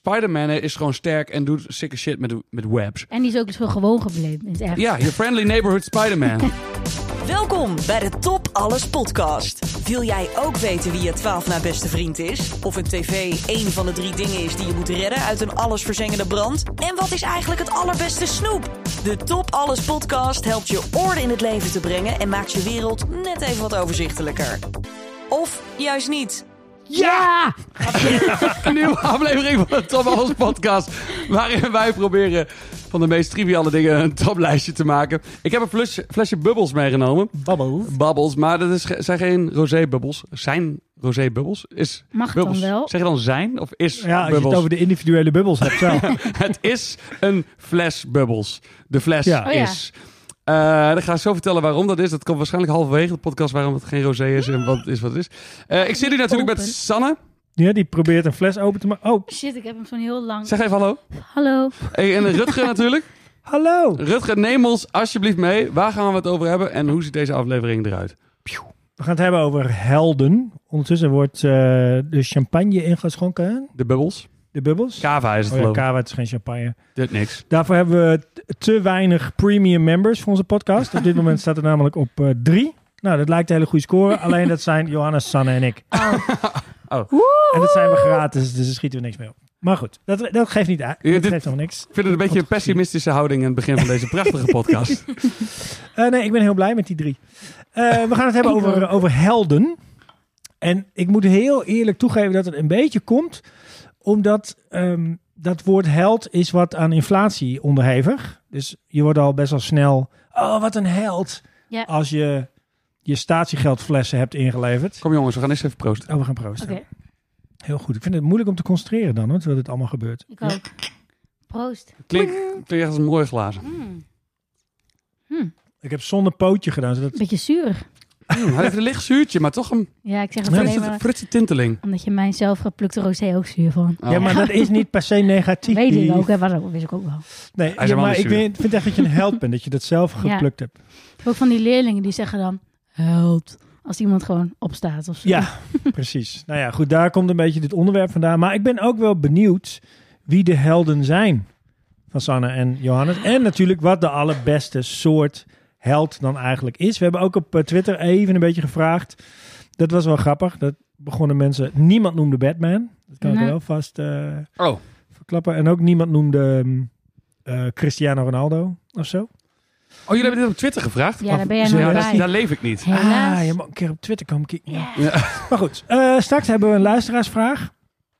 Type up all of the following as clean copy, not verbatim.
Spider-Man is gewoon sterk en doet sikke shit met webs. En die is ook dus wel gewoon gebleven. Is echt. Ja, je friendly neighborhood Spider-Man. Welkom bij de Top Alles podcast. Wil jij ook weten wie je 12 na beste vriend is? Of een tv één van de 3 dingen is die je moet redden uit een allesverzengende brand? En wat is eigenlijk het allerbeste snoep? De Top Alles podcast helpt je orde in het leven te brengen en maakt je wereld net even wat overzichtelijker. Of juist niet. Ja! Een nieuwe aflevering van de Top Alles podcast. Waarin wij proberen van de meest triviale dingen een toplijstje te maken. Ik heb een flesje bubbels meegenomen. Bubbles, maar dat zijn geen rosé-bubbels. Zijn rosé-bubbels? Mag het bubbels. dan wel? Zeg je dan zijn of is Ja, als bubbels? je het over de individuele bubbels hebt zelf. Het is een fles bubbels. De fles Ja. is. Dan ga ik zo vertellen waarom dat is. Dat komt waarschijnlijk halverwege de podcast waarom het geen rosé is en wat het is. Ik zit hier natuurlijk met Sanne. Ja, die probeert een fles open te maken. Oh, Shit, ik heb hem zo'n heel lang... Zeg even hallo. Hallo. En Rutger natuurlijk. hallo. Rutger, neem ons alsjeblieft mee. Waar gaan we het over hebben en hoe ziet deze aflevering eruit? We gaan het hebben over helden. Ondertussen wordt de champagne ingeschonken. De bubbels. De bubbels. Kava is het Oh ja, geloof ik. kava, het is geen champagne. Dit niks. Daarvoor hebben we te weinig premium members voor onze podcast. Op dit moment staat er namelijk op 3. Nou, dat lijkt een hele goede score. Alleen dat zijn Johannes, Sanne en ik. Oh. En dat zijn we gratis, dus daar schieten we niks mee op. Maar goed, dat geeft niet uit. Ja, Dat dit- geeft nog niks. Ik vind het een beetje een pessimistische houding aan het begin van deze prachtige podcast. Nee, ik ben heel blij met die 3. We gaan het hebben over helden. En ik moet heel eerlijk toegeven dat het een beetje komt omdat dat woord held is wat aan inflatie onderhevig. Dus je wordt al best wel snel, oh wat een held, Ja. als je statiegeldflessen hebt ingeleverd. Kom jongens, we gaan eens even proosten. Oh, we gaan proosten. Oké, Heel goed. Ik vind het moeilijk om te concentreren dan, hoor, terwijl dit allemaal gebeurt. ik ook. Proost. Klinkt echt als een mooie glazen. Ik heb zonder pootje gedaan, zodat... Beetje zuur. Hij heeft een licht zuurtje, maar toch een Ja, ik zeg het alleen maar frisse tinteling. omdat je mijn zelfgeplukte rosé ook zuur vond. Oh. Ja, maar dat is niet per se negatief. Weet ik ook, hè, wist ik ook wel. Nee, Hij is ja, helemaal maar niet ik zuur. vind echt dat je een held bent, dat je dat zelf geplukt hebt. Ik heb ook van die leerlingen die zeggen dan, held. Als iemand gewoon opstaat of zo. Ja, precies. Nou ja, goed, daar komt een beetje dit onderwerp vandaan. Maar ik ben ook wel benieuwd wie de helden zijn van Sanne en Johannes. En natuurlijk wat de allerbeste soort held dan eigenlijk is. We hebben ook op Twitter even een beetje gevraagd. Dat was wel grappig. Dat begonnen mensen... Niemand noemde Batman. Dat kan ik Nee. wel vast Oh, verklappen. En ook niemand noemde Cristiano Ronaldo of zo. jullie hebben dit op Twitter gevraagd? Ja, daar ben jij Of- nog Ja, bij. Daar leef ik niet. Helaas. Je moet een keer op Twitter komen kijken. Ja. Maar goed, straks hebben we een luisteraarsvraag.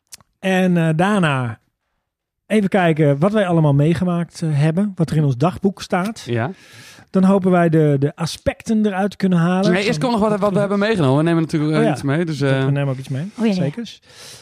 En daarna even kijken wat wij allemaal meegemaakt hebben. Wat er in ons dagboek staat. Ja. Dan hopen wij de aspecten eruit te kunnen halen. Nee, eerst komt nog wat we hebben meegenomen. We nemen natuurlijk Oh ja. iets mee. Dus, We nemen ook iets mee. Oh ja, ja. Zeker.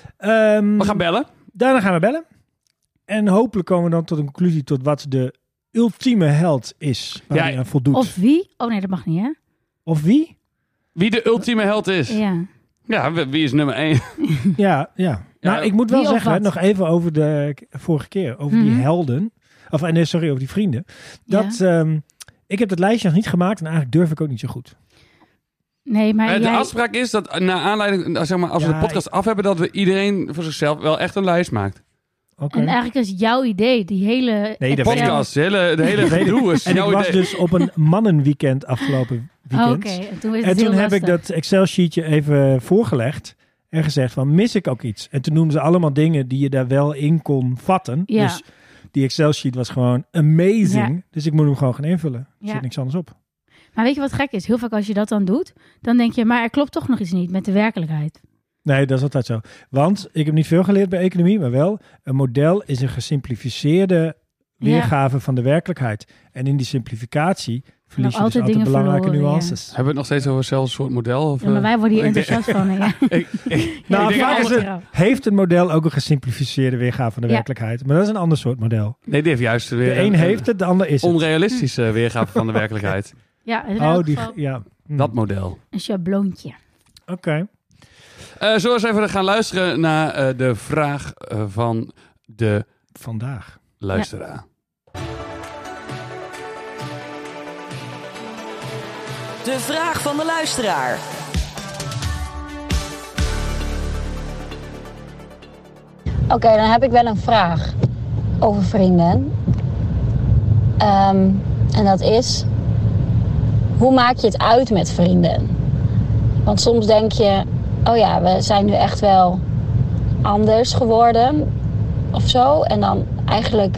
we gaan bellen. Daarna gaan we bellen. En hopelijk komen we dan tot een conclusie tot wat de ultieme held is. Waar Ja, hij aan voldoet. Of wie? Oh nee, dat mag niet, hè? Of wie? Wie de ultieme held is. Ja. Ja, wie is nummer 1? Ja. Nou, ik moet wel Wie of zeggen, wat? nog even over de vorige keer. Over die Mhm. helden. Over die vrienden. Dat, ik heb dat lijstje nog niet gemaakt. En eigenlijk durf ik ook niet zo goed. Nee, maar De jij... afspraak is dat na aanleiding, zeg maar, als we Ja, de podcast af hebben, dat we iedereen voor zichzelf wel echt een lijst maakt. Oké. En eigenlijk is jouw idee, die hele... Nee, dat Excel- weet ik. Podcast, de hele weet ik. gedoe is En ik jouw was idee. dus op een mannenweekend afgelopen Oh, weekend. Oké, en toen werd En het toen heel heb ik lastig. dat Excel-sheetje even voorgelegd. En gezegd van, mis ik ook iets? En toen noemden ze allemaal dingen die je daar wel in kon vatten. Ja. Dus die Excel-sheet was gewoon amazing. Ja. Dus ik moet hem gewoon gaan invullen. Er Ja. zit niks anders op. Maar weet je wat gek is? Heel vaak als je dat dan doet, dan denk je, maar er klopt toch nog iets niet met de werkelijkheid. Nee, dat is altijd zo. Want ik heb niet veel geleerd bij economie, maar wel, een model is een gesimplificeerde weergave van de werkelijkheid. En in die simplificatie verlies je dus altijd altijd dingen belangrijke verloren, nuances. Hebben we het nog steeds over hetzelfde soort model? Of, Ja, maar wij worden hier ik denk- enthousiast van. Hè? Ja. Nou, ik denk vaak is alles- het, heeft een model ook een gesimplificeerde weergave van de Ja. werkelijkheid. Maar dat is een ander soort model. Nee, die heeft juist weer De een heeft het, de ander is het. onrealistische weergave van de werkelijkheid. Ja, in Oh, elk die, geval ja. Dat model. een schabloontje. Oké. Zullen we eens even gaan luisteren naar de vraag van de Vandaag. luisteraar. De vraag van de luisteraar. Oké, dan heb ik wel een vraag over vrienden. En dat is, hoe maak je het uit met vrienden? Want soms denk je, oh ja, we zijn nu echt wel anders geworden of zo. En dan eigenlijk...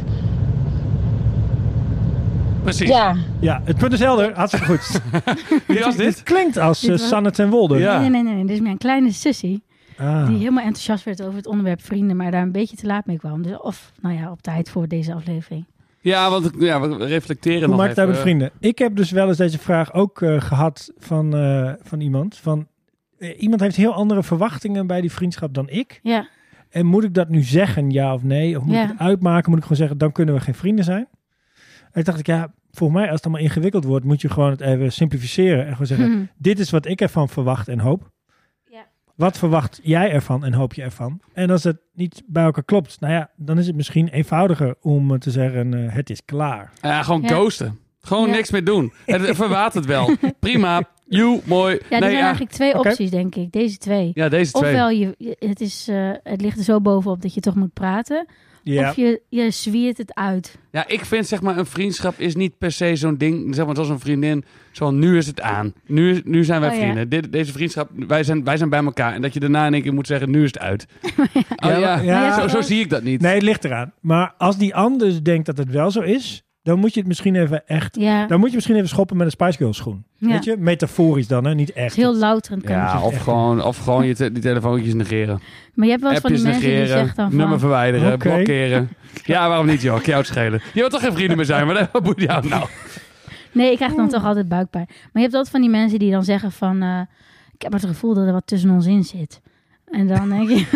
Precies. Ja, het punt is helder. Hartstikke goed. Wie was dit? Het klinkt als Dit was- Sanne ten Wolde. Ja. Nee. Dit is mijn kleine sussie. Ah. Die helemaal enthousiast werd over het onderwerp vrienden. Maar daar een beetje te laat mee kwam. Dus op tijd voor deze aflevering. Ja, want we reflecteren Hoe nog maakt het uit even. met vrienden? Ik heb dus wel eens deze vraag ook gehad van iemand. Iemand heeft heel andere verwachtingen bij die vriendschap dan ik. Ja. En moet ik dat nu zeggen, ja of nee? Of moet Ja. ik het uitmaken? Moet ik gewoon zeggen, dan kunnen we geen vrienden zijn? En toen dacht ik, ja, volgens mij als het allemaal ingewikkeld wordt, moet je gewoon het even simplificeren. En gewoon zeggen, dit is wat ik ervan verwacht en hoop. Ja. Wat verwacht jij ervan en hoop je ervan? En als het niet bij elkaar klopt, nou ja, dan is het misschien eenvoudiger om te zeggen, het is klaar. Ja, gewoon Ja. ghosten. Gewoon Ja. niks meer doen. Het verwatert wel. Prima. Mooi. Ja, er zijn eigenlijk twee Oké. opties, denk ik. Deze twee. Ja, deze twee. Ofwel, het ligt er zo bovenop dat je toch moet praten. Ja. Of je zwiert het uit. Ja, ik vind zeg maar een vriendschap is niet per se zo'n ding. Zeg maar zoals een vriendin. Zo nu is het aan. Nu zijn wij Oh, ja. vrienden. Deze vriendschap, wij zijn bij elkaar. En dat je daarna in één keer moet zeggen, nu is het uit. Zo zie ik dat niet. Nee, het ligt eraan. Maar als die ander denkt dat het wel zo is, dan moet je het misschien even echt... Ja, Dan moet je misschien even schoppen met een Spice Girls schoen. Ja. Weet je? Metaforisch dan, hè? Niet het echt. is heel louterend. kan Ja, je of gewoon die telefoontjes negeren. Maar je hebt wel eens van die Appjes mensen die negeren, zeggen dan van... nummer verwijderen, Oké. blokkeren. Ja, waarom niet joh? Kan jou het schelen. Je wilt toch geen vrienden meer zijn, maar wat moet jou nou? Nee, ik krijg dan toch altijd buikpijn. Maar je hebt altijd van die mensen die dan zeggen van... ik heb het gevoel dat er wat tussen ons in zit. En dan denk je...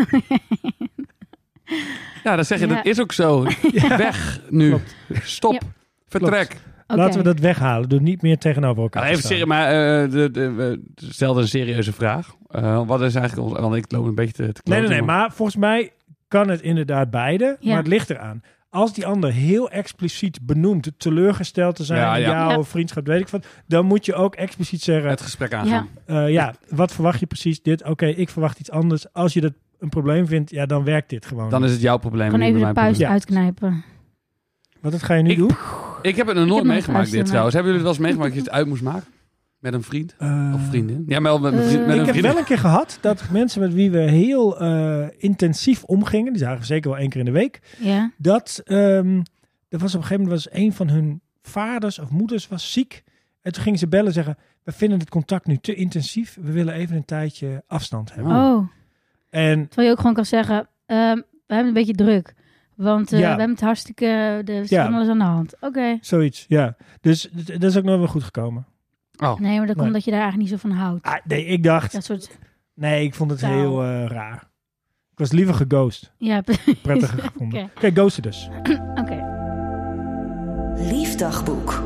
Ja, dan zeg je, Ja. dat is ook zo. Weg nu. Klopt. Stop. Ja. Vertrek. Oké. Laten we dat weghalen. Doe niet meer tegenover elkaar. Nou, even te staan. serieus, maar we stelden een serieuze vraag. Wat is eigenlijk ons... Want ik loop een beetje te Nee, kloten, maar volgens mij kan het inderdaad beide. Ja. Maar het ligt eraan. Als die ander heel expliciet benoemt teleurgesteld te zijn Ja, in ja. jouw Ja. vriendschap, weet ik wat, dan moet je ook expliciet zeggen, Het gesprek aangaan. wat verwacht je precies dit? Oké, ik verwacht iets anders. Als je dat een probleem vindt, ja, dan werkt dit gewoon. Dan is het jouw probleem. Gewoon niet even de mijn puist probleem. uitknijpen. Wat ga je nu Ik- doen? Ik heb het nog nooit heb nog meegemaakt, luisteren, dit trouwens. Hebben jullie het wel eens meegemaakt dat je het uit moest maken? Met een vriend? Of vriendin? Ja, maar wel met een Ik vriendin. Ik heb wel een keer gehad dat mensen met wie we heel intensief omgingen, die zagen we zeker wel 1 keer in de week, Ja. dat er was op een gegeven moment een van hun vaders of moeders was ziek. En toen gingen ze bellen en zeggen, we vinden het contact nu te intensief. We willen even een tijdje afstand hebben. Oh. En Terwijl je ook gewoon kan zeggen... we hebben een beetje druk. Want Ja. we hebben het hartstikke... Er is Ja. van alles aan de hand. Oké. zoiets, ja. Dus dat is ook nooit wel goed gekomen. Oh. Nee, maar dat komt Nee. dat je daar eigenlijk niet zo van houdt. Ah, nee, ik dacht, Dat soort... nee, ik vond het Taal. heel raar. Ik was liever geghost. Ja, Prettiger gevonden. Oké. Oké, ghosten dus. Oké. Liefdagboek.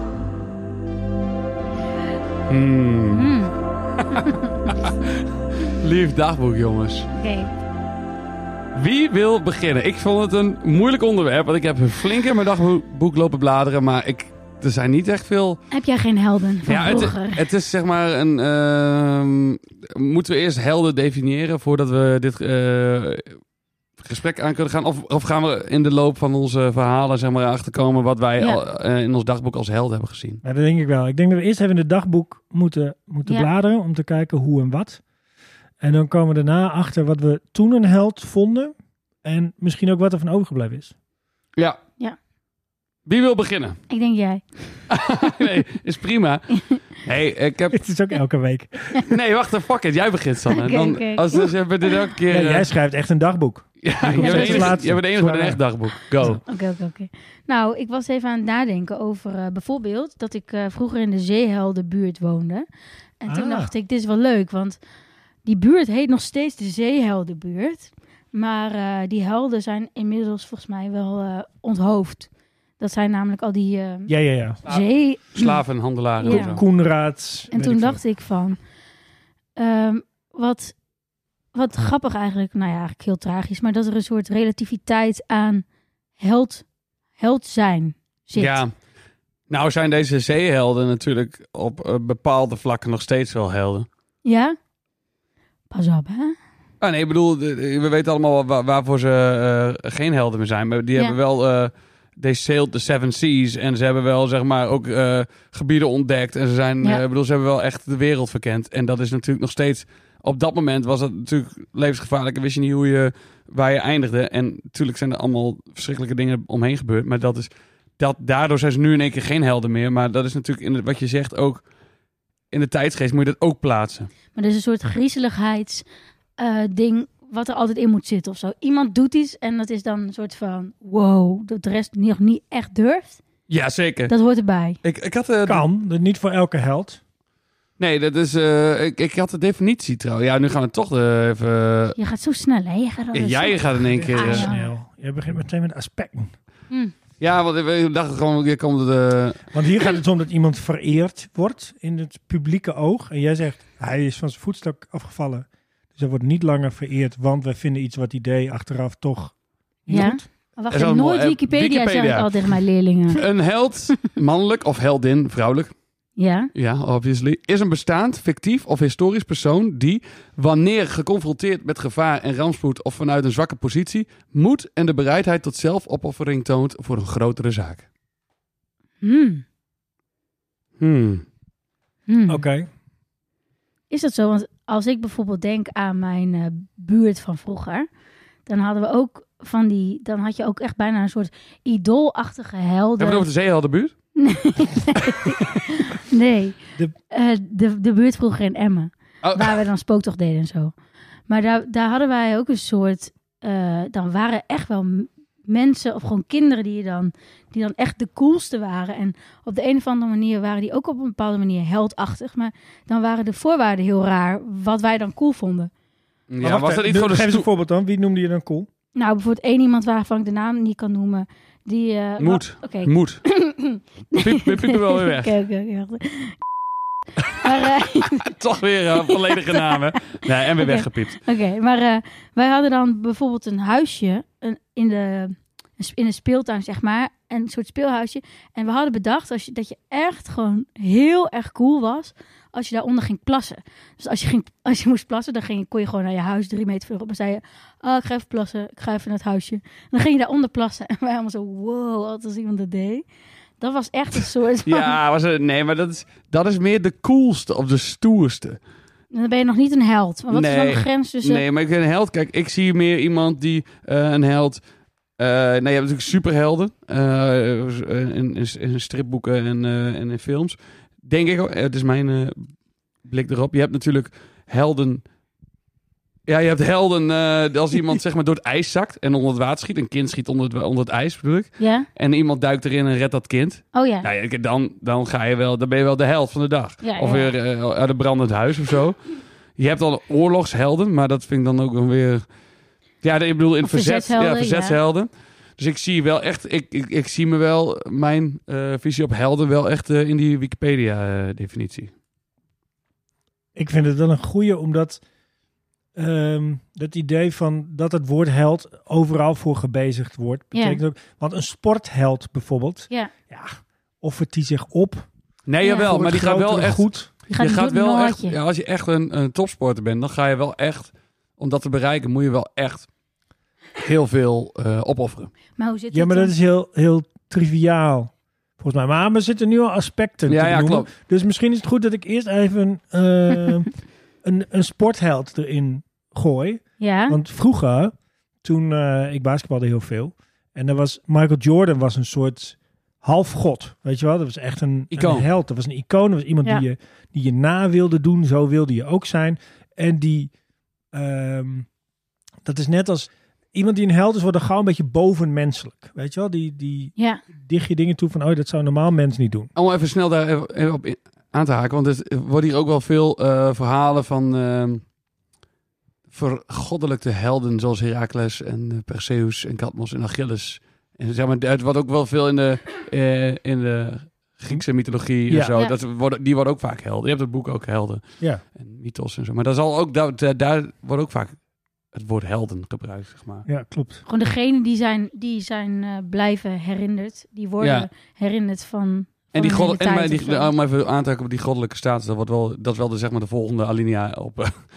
Lief dagboek, jongens. Oké. Wie wil beginnen? Ik vond het een moeilijk onderwerp, want ik heb flink in mijn dagboek lopen bladeren, maar er zijn niet echt veel... Heb jij geen helden van Ja, vroeger? het is zeg maar een... moeten we eerst helden definiëren voordat we dit gesprek aan kunnen gaan? Of gaan we in de loop van onze verhalen zeg maar achterkomen wat wij Ja. al, in ons dagboek als held hebben gezien? Ja, dat denk ik wel. Ik denk dat we eerst even in het dagboek moeten Ja. bladeren om te kijken hoe en wat. En dan komen we daarna achter wat we toen een held vonden. En misschien ook wat er van overgebleven is. Ja. Ja. Wie wil beginnen? Ik denk jij. Nee, is prima. Hey, ik heb... Het is ook elke week. Nee, wacht even, fuck it. Jij begint, Sanne. Oké, Dan, oké. Als dus hebben we dit elke keer... Ja, jij schrijft echt een dagboek. ja, komt jij bent steeds de enige, laatste. jij bent de enige met een Zwaar. echt dagboek. Go. Oké. Nou, ik was even aan het nadenken over bijvoorbeeld dat ik vroeger in de Zeeheldenbuurt woonde. En toen dacht ik, dit is wel leuk, want die buurt heet nog steeds de Zeeheldenbuurt. Maar die helden zijn inmiddels volgens mij wel onthoofd. Dat zijn namelijk al die Ja. zee... Slavenhandelaren. Ja. en zo. Koenraad. En toen dacht ik van, wat grappig eigenlijk, nou ja, eigenlijk heel tragisch, maar dat er een soort relativiteit aan held zijn zit. Ja. Nou zijn deze zeehelden natuurlijk op bepaalde vlakken nog steeds wel helden. Ja? Pas op, hè? Nee, ik bedoel, we weten allemaal waarvoor ze geen helden meer zijn. Maar die hebben wel... They sailed the 7 seas. En ze hebben wel, zeg maar, ook gebieden ontdekt. En ze zijn, ze hebben wel echt de wereld verkend. En dat is natuurlijk nog steeds... Op dat moment was dat natuurlijk levensgevaarlijk. En wist je niet waar je eindigde. En natuurlijk zijn er allemaal verschrikkelijke dingen omheen gebeurd. Maar daardoor zijn ze nu in één keer geen helden meer. Maar dat is natuurlijk, wat je zegt, ook in de tijdsgeest moet je dat ook plaatsen. Maar er is een soort griezeligheidsding wat er altijd in moet zitten of zo. Iemand doet iets en dat is dan een soort van... Wow, dat de rest nog niet echt durft. Ja, zeker. Dat hoort erbij. Ik had, kan, dat niet voor elke held. Nee, dat is... ik had de definitie trouwens. Ja, nu gaan we toch even... Je gaat zo snel, hè? Jij gaat in één keer... Snel. Je begint meteen met aspecten. Ja, want we dachten gewoon... Hier komt Want hier gaat het om dat iemand vereerd wordt in het publieke oog. En jij zegt, hij is van zijn voetstuk afgevallen. Dus hij wordt niet langer vereerd, want wij vinden iets wat hij deed achteraf toch niet goed. Wacht, ik nooit Wikipedia zeg ik al tegen mijn leerlingen. Een held, mannelijk of heldin, vrouwelijk. Ja. Ja, obviously. Is een bestaand, fictief of historisch persoon die, wanneer geconfronteerd met gevaar en rampspoed of vanuit een zwakke positie, moed en de bereidheid tot zelfopoffering toont voor een grotere zaak. Oké. Is dat zo? Want als ik bijvoorbeeld denk aan mijn buurt van vroeger, dan hadden we ook dan had je ook echt bijna een soort idoolachtige helden. Hebben we het over de zeeheldenbuurt? Nee. De buurt vroeger in Emmen. Oh. Waar we dan spooktocht deden en zo. Maar daar hadden wij ook een soort... dan waren echt wel mensen of gewoon kinderen die dan echt de coolste waren. En op de een of andere manier waren die ook op een bepaalde manier heldachtig. Maar dan waren de voorwaarden heel raar wat wij dan cool vonden. Ja, was dat niet gewoon geef eens een voorbeeld dan. Wie noemde je dan cool? Nou, bijvoorbeeld één iemand waarvan ik de naam niet kan noemen. Die, Moed. Okay. Moed. Piep er wel weer weg. Okay. Maar, toch weer volledige namen. Nee, en weer weggepiept. Oké, maar wij hadden dan bijvoorbeeld een huisje in de speeltuin, zeg maar. Een soort speelhuisje. En we hadden bedacht dat je echt gewoon heel erg cool was als je daaronder ging plassen. Dus als je moest plassen, dan kon je gewoon naar je huis 3 meter verderop. En zei je, ik ga even plassen, ik ga even naar het huisje. En dan ging je daaronder plassen. En wij allemaal zo, wow, wat als iemand dat deed. Dat was echt een soort van... Ja, nee, maar dat is meer de coolste of de stoerste. Dan ben je nog niet een held. Maar wat is dan de grens tussen... Nee, maar ik ben een held. Kijk, ik zie meer iemand die een held... je hebt natuurlijk superhelden. In stripboeken en in films. Denk ik ook. Het is mijn blik erop. Je hebt natuurlijk helden... Ja, je hebt helden als iemand zeg maar door het ijs zakt en onder het water schiet. Een kind schiet onder het ijs, bedoel ik. Ja. En iemand duikt erin en redt dat kind. Oh ja. Nou ja, dan ben je wel de held van de dag. Ja, of weer uit een brandend huis of zo. Je hebt al oorlogshelden, maar dat vind ik dan ook wel weer... Ja, ik bedoel in verzetshelden. Ja. Dus ik zie wel echt... Ik zie me wel mijn visie op helden wel echt in die Wikipedia-definitie. Ik vind het wel een goeie, omdat... dat idee van dat het woord held overal voor gebezigd wordt. Betekent ook, want een sportheld bijvoorbeeld, offert die zich op. Nee, jawel, maar die gaat wel echt goed. Je gaat wel echt, als je echt een topsporter bent, dan ga je wel echt, om dat te bereiken, moet je wel echt heel veel opofferen. Maar hoe zit maar dat is heel, heel triviaal. Volgens mij. Maar we zitten nu al aspecten te noemen. Klopt. Dus misschien is het goed dat ik eerst even een sportheld erin gooi. Ja. Want vroeger, toen ik basketbalde heel veel. En er was Michael Jordan was een soort halfgod. Weet je wel? Dat was echt een held. Dat was een icoon. Dat was iemand die je na wilde doen. Zo wilde je ook zijn. En die... dat is net als... Iemand die een held is, wordt dan gauw een beetje bovenmenselijk. Weet je wel? Die dicht je dingen toe van... dat zou een normaal mens niet doen. Om even snel daar even op aan te haken. Want er worden hier ook wel veel verhalen van... vergoddelijkte helden zoals Heracles en Perseus en Cadmos en Achilles. En zeg maar, het wordt ook wel veel in de Griekse mythologie en zo. Die worden ook vaak helden. Je hebt het boek ook helden. Ja. En mythos en zo. Maar daar wordt ook vaak het woord helden gebruikt, zeg maar. Ja, klopt. Gewoon degene die zijn blijven herinnerd. Die worden herinnerd van... En die om even aan te haken op die goddelijke status, dat is wel de, zeg maar, de volgende alinea op.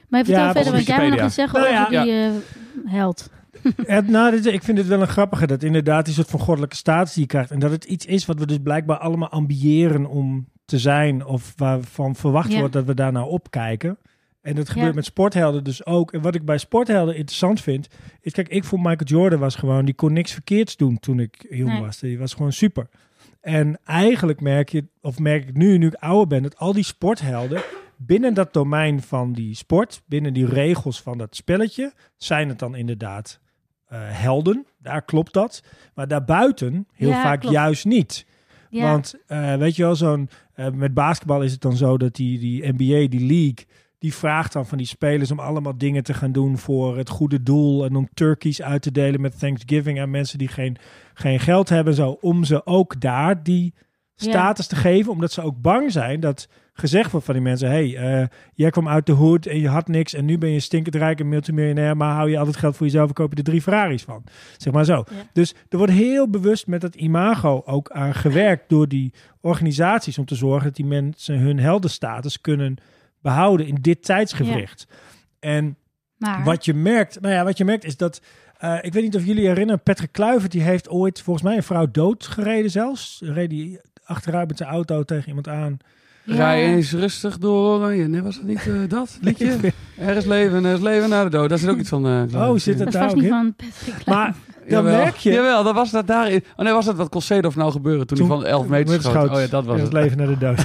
Maar vertel verder, want jij wil nog Wikipedia. iets zeggen over die held. Ik vind het wel een grappige dat inderdaad die soort van goddelijke status die je krijgt. En dat het iets is wat we dus blijkbaar allemaal ambiëren om te zijn. Of waarvan verwacht wordt dat we daar nou opkijken. En dat gebeurt met sporthelden dus ook. En wat ik bij sporthelden interessant vind, is kijk, ik vond Michael Jordan was gewoon, die kon niks verkeerds doen toen ik jong was. Die was gewoon super. En eigenlijk merk ik nu ik ouder ben, dat al die sporthelden binnen dat domein van die sport, binnen die regels van dat spelletje, zijn het dan inderdaad helden. Daar klopt dat. Maar daarbuiten heel vaak juist niet. Ja. Want weet je wel, met basketbal is het dan zo dat die NBA, die league, die vraagt dan van die spelers om allemaal dingen te gaan doen voor het goede doel en om turkeys uit te delen met Thanksgiving aan mensen die geen geld hebben, zo, om ze ook daar die status te geven, omdat ze ook bang zijn dat gezegd wordt van die mensen, jij kwam uit de hood en je had niks en nu ben je stinkend rijk en multimiljonair, maar hou je altijd geld voor jezelf en koop je er 3 Ferraris van. Zeg maar zo. Ja. Dus er wordt heel bewust met dat imago ook aan gewerkt door die organisaties om te zorgen dat die mensen hun heldenstatus kunnen behouden in dit tijdsgewricht. Ja. En wat je merkt is dat ik weet niet of jullie herinneren, Patrick Kluivert die heeft ooit volgens mij een vrouw doodgereden zelfs. Reed die achteruit met zijn auto tegen iemand aan. Ja. Rij eens rustig door. Nee, was dat niet dat liedje? Er is leven naar de dood. Daar zit ook iets van. Zit het daar ook niet in? Van Patrick maar dan merk je... Jawel, dat was dat daarin. Oh nee, was dat wat Colcedo nou gebeuren toen hij van 11 meter schoot? Oh ja, dat was het. Leven naar de dood.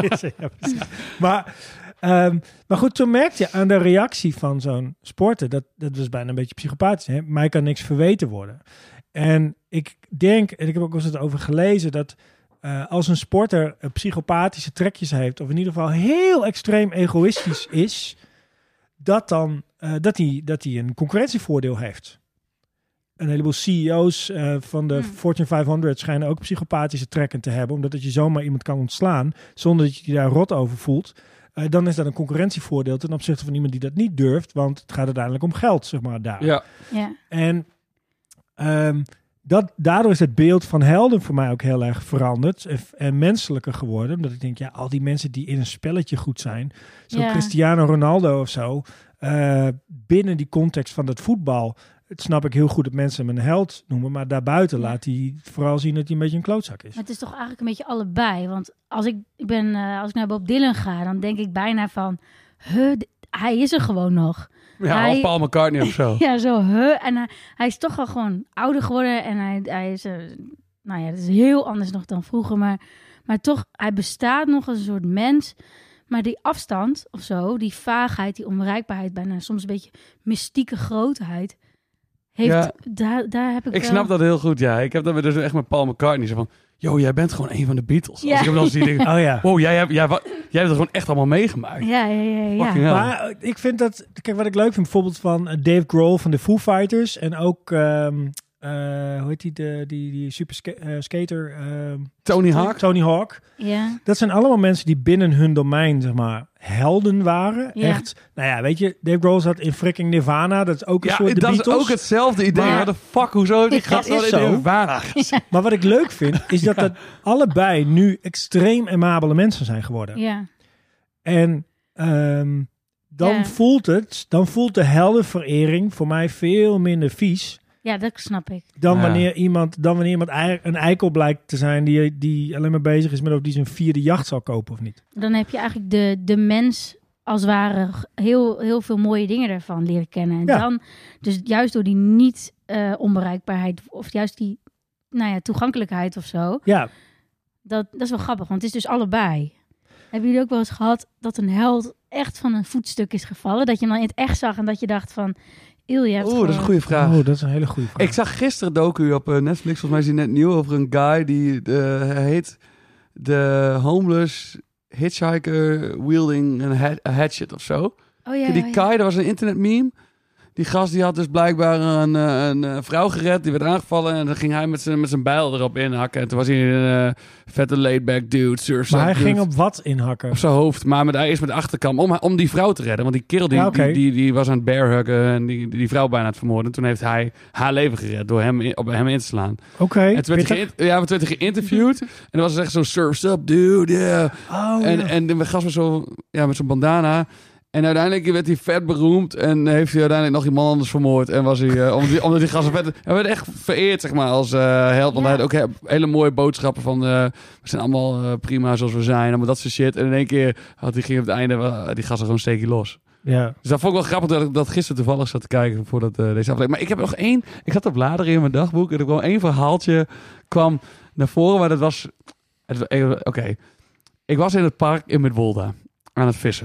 Maar goed, toen merkte je aan de reactie van zo'n sporter, dat was bijna een beetje psychopathisch. Hè? Mij kan niks verweten worden. En ik denk, en ik heb ook wel eens over gelezen, dat als een sporter psychopathische trekjes heeft, of in ieder geval heel extreem egoïstisch is, dat hij een concurrentievoordeel heeft. Een heleboel CEO's van de Fortune 500 schijnen ook psychopathische trekken te hebben, omdat je zomaar iemand kan ontslaan zonder dat je daar rot over voelt. Dan is dat een concurrentievoordeel ten opzichte van iemand die dat niet durft, want het gaat uiteindelijk om geld, zeg maar, daar. Ja. En daardoor is het beeld van helden voor mij ook heel erg veranderd en menselijker geworden, omdat ik denk, al die mensen die in een spelletje goed zijn, zo'n Cristiano Ronaldo of zo, binnen die context van dat voetbal, het snap ik heel goed dat mensen hem een held noemen, maar daarbuiten laat hij vooral zien dat hij een beetje een klootzak is. Maar het is toch eigenlijk een beetje allebei, want als ik naar Bob Dylan ga, dan denk ik bijna van, hij is er gewoon nog. Ja, of Paul McCartney of zo. Ja, zo, en hij is toch al gewoon ouder geworden en hij is, dat is heel anders nog dan vroeger, maar toch, hij bestaat nog als een soort mens. Maar die afstand of zo, die vaagheid, die onbereikbaarheid, bijna soms een beetje mystieke grootheid, daar heb ik Ik snap dat heel goed, ja. Ik heb dat dus echt met Paul McCartney. Zo van, jij bent gewoon een van de Beatles. Ja. Als ik hem dan zie, denk ik, wow, jij hebt het gewoon echt allemaal meegemaakt. Ja. Maar ik vind dat, kijk, wat ik leuk vind, bijvoorbeeld van Dave Grohl van de Foo Fighters en ook, hoe heet die super skater? Tony Hawk. Ja. Dat zijn allemaal mensen die binnen hun domein, zeg maar, helden waren. Ja. Echt, weet je, Dave Grohl zat in freaking Nirvana. Dat is ook een soort de Beatles. Dat is ook hetzelfde idee. What the fuck, hoezo die gast al in Nirvana? Ja. Maar wat ik leuk vind, is dat allebei nu extreem amabele mensen zijn geworden. Ja. En dan voelt de heldenverering voor mij veel minder vies. Ja, dat snap ik. Dan wanneer iemand een eikel blijkt te zijn die alleen maar bezig is met of die zijn 4e jacht zal kopen of niet. Dan heb je eigenlijk de mens als het ware heel veel mooie dingen daarvan leren kennen. En dan, dus juist door die niet onbereikbaarheid of juist die toegankelijkheid of zo. Ja. Dat is wel grappig, want het is dus allebei. Hebben jullie ook wel eens gehad dat een held echt van een voetstuk is gevallen? Dat je hem dan in het echt zag en dat je dacht van, dat is een goede vraag. Oh, dat is een hele goede vraag. Ik zag gisteren een docu op Netflix, volgens mij is die net nieuw, over een guy die heet The Homeless Hitchhiker Wielding a Hatchet of zo. Oh ja. Die Kai, dat was een internet meme. Die gast die had dus blijkbaar een vrouw gered. Die werd aangevallen. En dan ging hij met zijn bijl erop inhakken. En toen was hij een vette laid-back dude. Maar hij ging op wat inhakken? Op zijn hoofd. Maar hij is met de achterkam om die vrouw te redden. Want die kerel die was aan het bearhuggen. En die vrouw bijna het vermoorden. Toen heeft hij haar leven gered door hem op hem in te slaan. Oké. En toen werd hij geïnterviewd. En dan was het echt zo, surf's up, dude. Yeah. En de gast met zo'n bandana. En uiteindelijk werd hij vet beroemd en heeft hij uiteindelijk nog iemand anders vermoord. En was hij, omdat die gasten vet... Hij werd echt vereerd, zeg maar, als held. Want hij had ook hele mooie boodschappen van... we zijn allemaal prima zoals we zijn. Allemaal dat soort shit. En in één keer ging op het einde die gasten gewoon steekje los. Ja. Dus dat vond ik wel grappig dat ik dat gisteren toevallig zat te kijken voordat deze aflevering. Maar ik heb nog één... Ik zat te bladeren in mijn dagboek en er kwam één verhaaltje kwam naar voren. Maar dat was... Oké. Ik was in het park in Midwolda aan het vissen.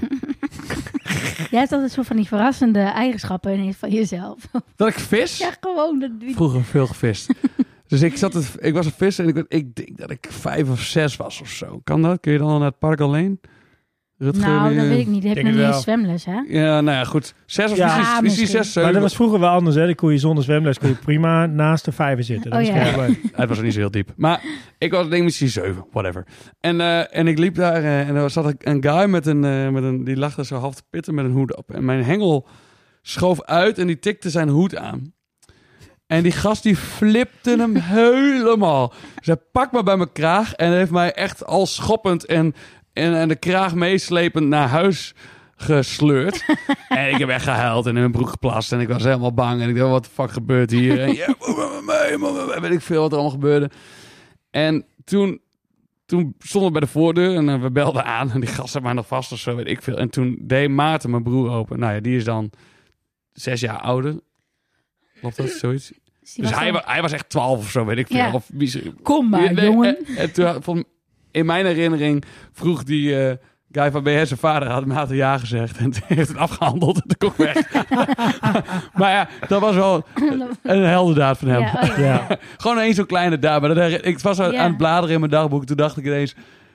Jij hebt altijd zo van die verrassende eigenschappen ineens van jezelf. Dat ik vis? Ja, gewoon. Vroeger veel gevist. Dus ik was aan het vissen en ik denk dat ik 5 of 6 was of zo. Kan dat? Kun je dan naar het park alleen? Rutger, nou, dat weet ik niet. Dan heb je nog niet eens zwemles, hè? Ja, nou ja, goed. 6 of misschien 6, 7. Maar dat was vroeger wel anders, hè? Dan kon je zonder zwemles prima naast de 5 zitten. Dat Het was ook niet zo heel diep. Maar ik was denk ik misschien 7, whatever. En ik liep daar en er zat een guy met een die lag er zo half te pitten met een hoed op. En mijn hengel schoof uit en die tikte zijn hoed aan. En die gast die flipte hem helemaal. Dus hij pakt me bij mijn kraag en heeft mij echt al schoppend en de kraag meeslepend naar huis gesleurd. En ik heb echt gehuild en in mijn broek geplast. En ik was helemaal bang. En ik dacht, wat de fuck gebeurt hier? En weet ik veel wat er allemaal gebeurde. En toen stonden we bij de voordeur en we belden aan. En die gast had mij nog vast of zo, weet ik veel. En toen deed Maarten, mijn broer, open. Nou ja, die is dan 6 jaar ouder. Klopt dat, zoiets? Dus hij was echt 12 of zo, weet ik veel. Ja. Of, kom maar, jongen. En toen, in mijn herinnering vroeg die guy van BS zijn vader, had Maarten ja gezegd. En heeft het afgehandeld en toen kon ik weg. Maar ja, dat was wel een heldendaad van hem. Ja. Gewoon één zo'n kleine daad. Maar ik was aan het bladeren in mijn dagboek. Toen dacht ik ineens,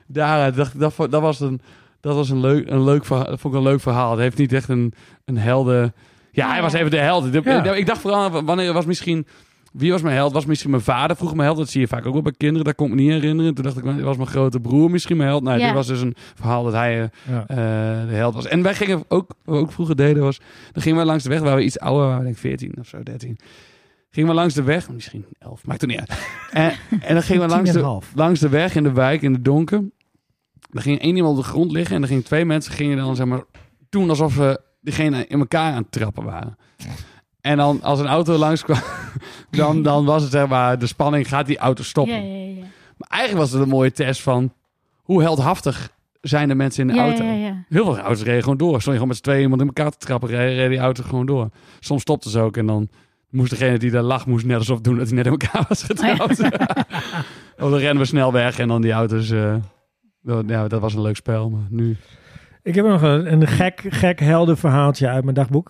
dat was een leuk verhaal. Dat vond ik een leuk verhaal. Het heeft niet echt een helden... Ja, hij was even de held. Ik dacht vooral, wanneer was misschien... Wie was mijn held? Was misschien mijn vader vroeg mijn held. Dat zie je vaak ook wel bij kinderen. Daar kon ik me niet herinneren. Toen dacht ik, was mijn grote broer misschien mijn held? Nee, dit was dus een verhaal dat hij de held was. En wij gingen ook, wat we ook vroeger deden was... Dan gingen we langs de weg, waar we iets ouder waren. Denk 14 of zo, 13. Gingen we langs de weg, misschien 11, maakt het niet uit. En dan gingen we langs de weg in de wijk, in de donker. Dan ging één iemand op de grond liggen. En dan gingen 2 mensen gingen dan, zeg maar, doen alsof we diegene in elkaar aan het trappen waren. En dan als een auto langskwam, dan was het zeg maar de spanning, gaat die auto stoppen? Ja. Maar eigenlijk was het een mooie test van hoe heldhaftig zijn de mensen in de auto. Ja. Heel veel auto's reden gewoon door. Stond je gewoon met z'n tweeën iemand in elkaar te trappen, reden die auto gewoon door. Soms stopte ze ook en dan moest degene die daar lag, moest net alsof doen dat hij net in elkaar was getrouwd. Of dan rennen we snel weg en dan die auto's... dat was een leuk spel, maar nu... Ik heb nog een gek helder verhaaltje uit mijn dagboek.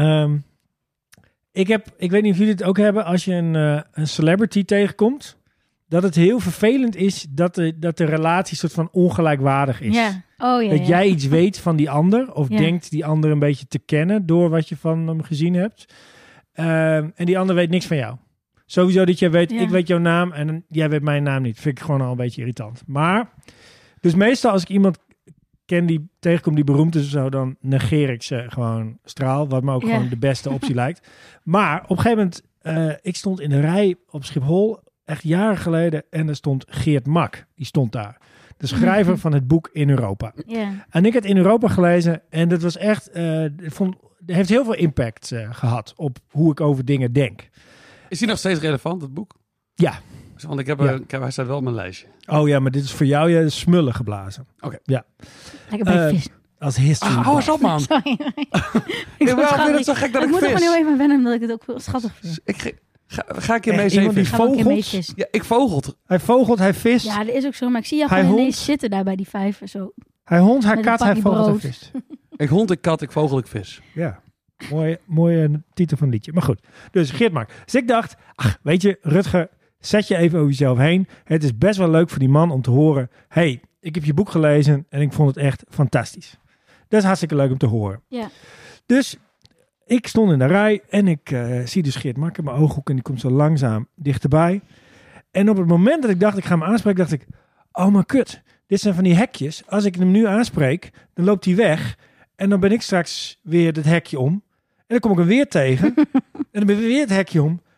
Ik weet niet of jullie het ook hebben, als je een celebrity tegenkomt, dat het heel vervelend is dat de relatie soort van ongelijkwaardig is. Ja. Dat jij iets weet van die ander, of denkt die ander een beetje te kennen door wat je van hem gezien hebt. En die ander weet niks van jou. Sowieso dat jij weet, ik weet jouw naam en jij weet mijn naam niet. Vind ik gewoon al een beetje irritant. Maar, dus meestal als ik iemand ken die tegenkomt die beroemd is of zo, dan negeer ik ze gewoon straal, wat me ook gewoon de beste optie lijkt. Maar op een gegeven moment, ik stond in de rij op Schiphol, echt jaren geleden, en er stond Geert Mak, die stond daar. De schrijver van het boek In Europa. Yeah. En ik had In Europa gelezen en dat was echt, heeft heel veel impact gehad op hoe ik over dingen denk. Is die nog steeds relevant, het boek? Ja. Want hij staat wel op mijn lijstje. Oh ja, maar dit is voor jou je smullen geblazen. Oké. Ja. Lekker bij vis. Als history. Hou eens op, man. Sorry. Ik vind het zo gek dat ik moet vis. er gewoon heel even wennen, omdat ik het ook wel schattig vind. Ga ik je mee iemand die zeven? vogelt? Ja, ik vogelt. Hij vogelt, hij vist. Ja, dat is ook zo. Maar ik zie jou gewoon ineens zitten daar bij die vijver. Zo. Hij hond, hij Met kat, een hij pakje vogelt, hij brood. vist. Ik hond, ik kat, ik vogel, ik vis. Ja, mooie titel van het liedje. Maar goed, dus Geert Mak. Dus ik dacht, weet je, Rutger, zet je even over jezelf heen. Het is best wel leuk voor die man om te horen, hey, ik heb je boek gelezen en ik vond het echt fantastisch. Dat is hartstikke leuk om te horen. Ja. Dus ik stond in de rij en ik zie dus Geert Mak in mijn ooghoek en die komt zo langzaam dichterbij. En op het moment dat ik dacht, ik ga hem aanspreken, dacht ik, oh maar kut, dit zijn van die hekjes. Als ik hem nu aanspreek, dan loopt hij weg en dan ben ik straks weer het hekje om. En dan kom ik hem weer tegen en dan ben ik weer het hekje om.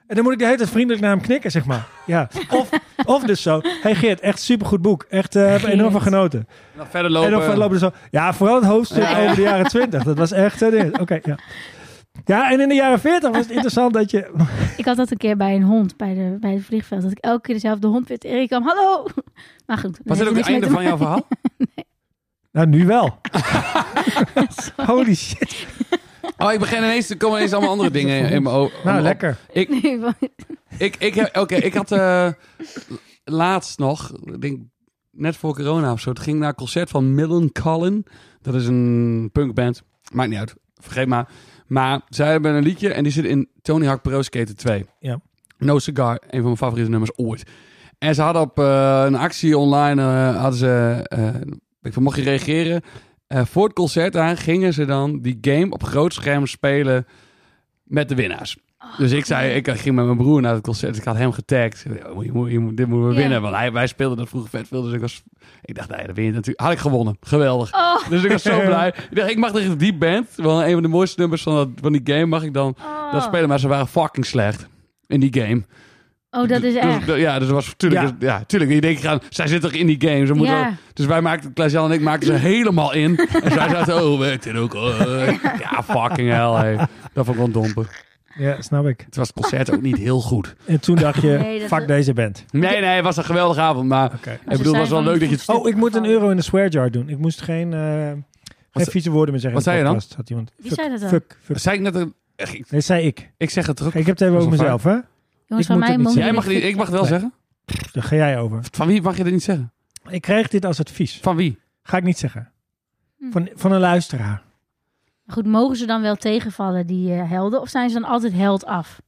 En dan moet ik de hele tijd vriendelijk naar hem knikken, zeg maar. Ja. Of dus zo. Hey Geert, echt supergoed boek. Echt, heb er enorm van genoten. En dan verder lopen. En dan verder lopen zo. Ja, vooral het hoofdstuk over de jaren 20. Dat was echt... Oké, ja. Ja, en in de jaren 40 was het interessant dat je... Ik had dat een keer bij een hond, bij het vliegveld. Dat ik elke keer dezelfde hond weer tegenkwam. Hallo! Maar goed. Was dit ook het einde van jouw verhaal? Nee. Nou, nu wel. Holy shit. Oh, ik begin ineens, er komen ineens allemaal andere dingen in mijn ogen. Nou, lekker. Ik had laatst nog, ik denk net voor corona of zo, het ging naar een concert van Millencolin. Dat is een punkband. Maakt niet uit, vergeet maar. Maar zij hebben een liedje en die zit in Tony Hawk Pro Skater 2. Ja. No Cigar, een van mijn favoriete nummers ooit. En ze hadden op een actie online, mocht je reageren. Voor het concert aan gingen ze dan die game op groot scherm spelen met de winnaars. Dus ik ging met mijn broer naar het concert. Ik had hem getagd. Dit moeten we winnen. Want wij speelden dat vroeger vet veel. Dus ik dacht, nee, dat win je natuurlijk. Had ik gewonnen. Geweldig. Oh. Dus ik was zo blij. Ik dacht, ik mag tegen die band. Wel een van de mooiste nummers van die game mag ik dan dat spelen. Maar ze waren fucking slecht in die game. Oh, dat is echt. Dus dat was natuurlijk. Ja, tuurlijk. Je denkt, zij zit toch in die game. Ze moeten wel, dus wij maakten, Klaas-Jan en ik maakten ze helemaal in. En zij zaten, werkt dit ook? Ja, fucking hell. Hey. Dat vond ik wel domper. Ja, snap ik. Het was het concert ook niet heel goed. En toen dacht je, fuck deze band. Nee, het was een geweldige avond. Maar ik bedoel, het was wel leuk dat je het... Oh, ik moet €1 in de swear jar doen. Ik moest geen vieze woorden meer zeggen. Wat zei je dan? Had iemand. Wie zei dat dan? Fuck. Zei ik net een... Nee, zei ik. Ik zeg het terug. Ik heb het even over mezelf, hè? Jongens, van mij mogen jij mag het niet, ik mag het wel zeggen. Daar ga jij over. Van wie mag je dit niet zeggen? Ik kreeg dit als advies. Van wie? Ga ik niet zeggen. Van een luisteraar. Goed, mogen ze dan wel tegenvallen, die helden? Of zijn ze dan altijd held af?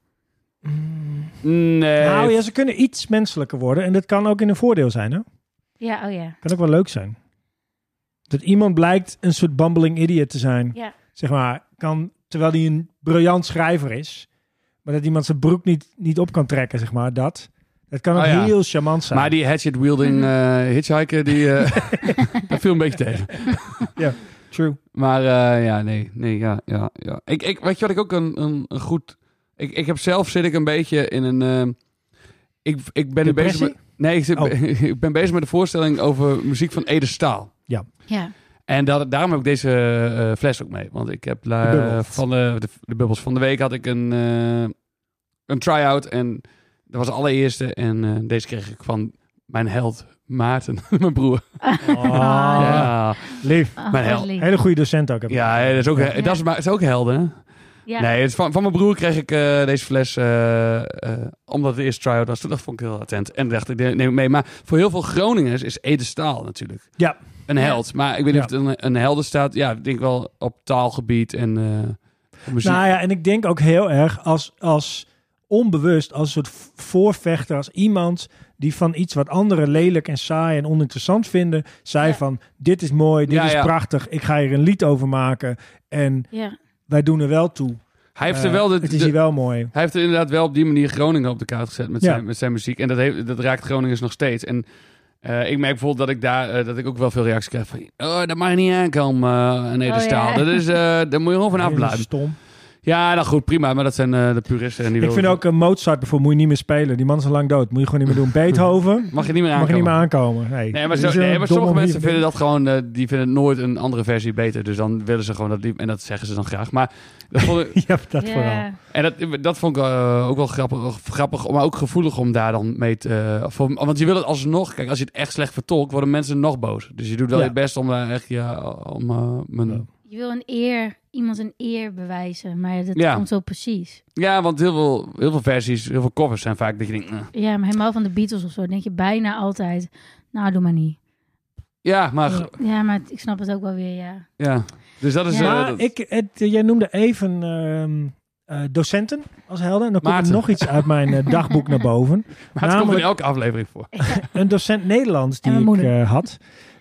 Nee. Nou ja, ze kunnen iets menselijker worden. En dat kan ook in een voordeel zijn, hè? Ja, oh ja. Kan ook wel leuk zijn. Dat iemand blijkt een soort bumbling idiot te zijn. Ja. Zeg maar, terwijl hij een briljant schrijver is. Maar dat iemand zijn broek niet op kan trekken, zeg maar. Dat kan ook heel charmant zijn. Maar die hatchet-wielding hitchhiker, dat viel een beetje tegen. Ja, true. Maar nee, ja. Weet je wat ik ook een goed... Ik heb zelf zit ik een beetje in een... Ik ben nu bezig met... Nee, ik ben bezig met de voorstelling over muziek van Ede Staal. Ja. En daarom heb ik deze fles ook mee. Want ik heb van de bubbels van de week had ik een try-out. En dat was de allereerste. En deze kreeg ik van mijn held Maarten, mijn broer. Ja, lief. Mijn held. Hele goede docent ook. Ja, dat is ook helden, hè? Ja. Nee, van mijn broer kreeg ik deze fles omdat het de eerste try-out was. Toen vond ik heel attent. En dacht ik, neem ik mee. Maar voor heel veel Groningers is Ede Staal natuurlijk. Ja. Een held. Maar ik weet niet of het een helden staat. Ja, ik denk wel op taalgebied en muziek. Nou ja, en ik denk ook heel erg als onbewust, als een soort voorvechter, als iemand die van iets wat anderen lelijk en saai en oninteressant vinden, zei van, dit is mooi, dit is prachtig, ik ga hier een lied over maken. En wij doen er wel toe. Hij heeft er wel het is hier wel mooi. Hij heeft er inderdaad wel op die manier Groningen op de kaart gezet met zijn muziek. En dat raakt Groningers nog steeds. En ik merk bijvoorbeeld dat ik ook wel veel reacties krijg van, dat mag niet aankomen, een Edestaal. Daar moet je gewoon van afblijven. Stom. Ja, nou goed, prima. Maar dat zijn de puristen. En ik vind ook Mozart bijvoorbeeld moet je niet meer spelen. Die man is al lang dood. Moet je gewoon niet meer doen. Beethoven mag je niet meer aankomen. Nee, maar sommige mensen vinden dat gewoon... die vinden nooit een andere versie beter. Dus dan willen ze gewoon dat die... En dat zeggen ze dan graag. Maar dat vond ik... dat vooral. En dat vond ik ook wel grappig. Maar ook gevoelig om daar dan mee te... want je wil het alsnog... Kijk, als je het echt slecht vertolkt, worden mensen nog boos. Dus je doet wel je best om daar echt... Je wil iemand een eer bewijzen, maar dat komt zo precies. Ja, want heel veel versies, heel veel covers zijn vaak dat je denkt... Ja, maar helemaal van de Beatles of zo, denk je bijna altijd, nou, doe maar niet. Ja, maar... Ja, maar ik snap het ook wel weer, ja. Ja, dus dat is... jij noemde even docenten als helden. En dan komt er nog iets uit mijn dagboek naar boven. Maar het komt in elke aflevering voor. Een docent Nederlands die ik had,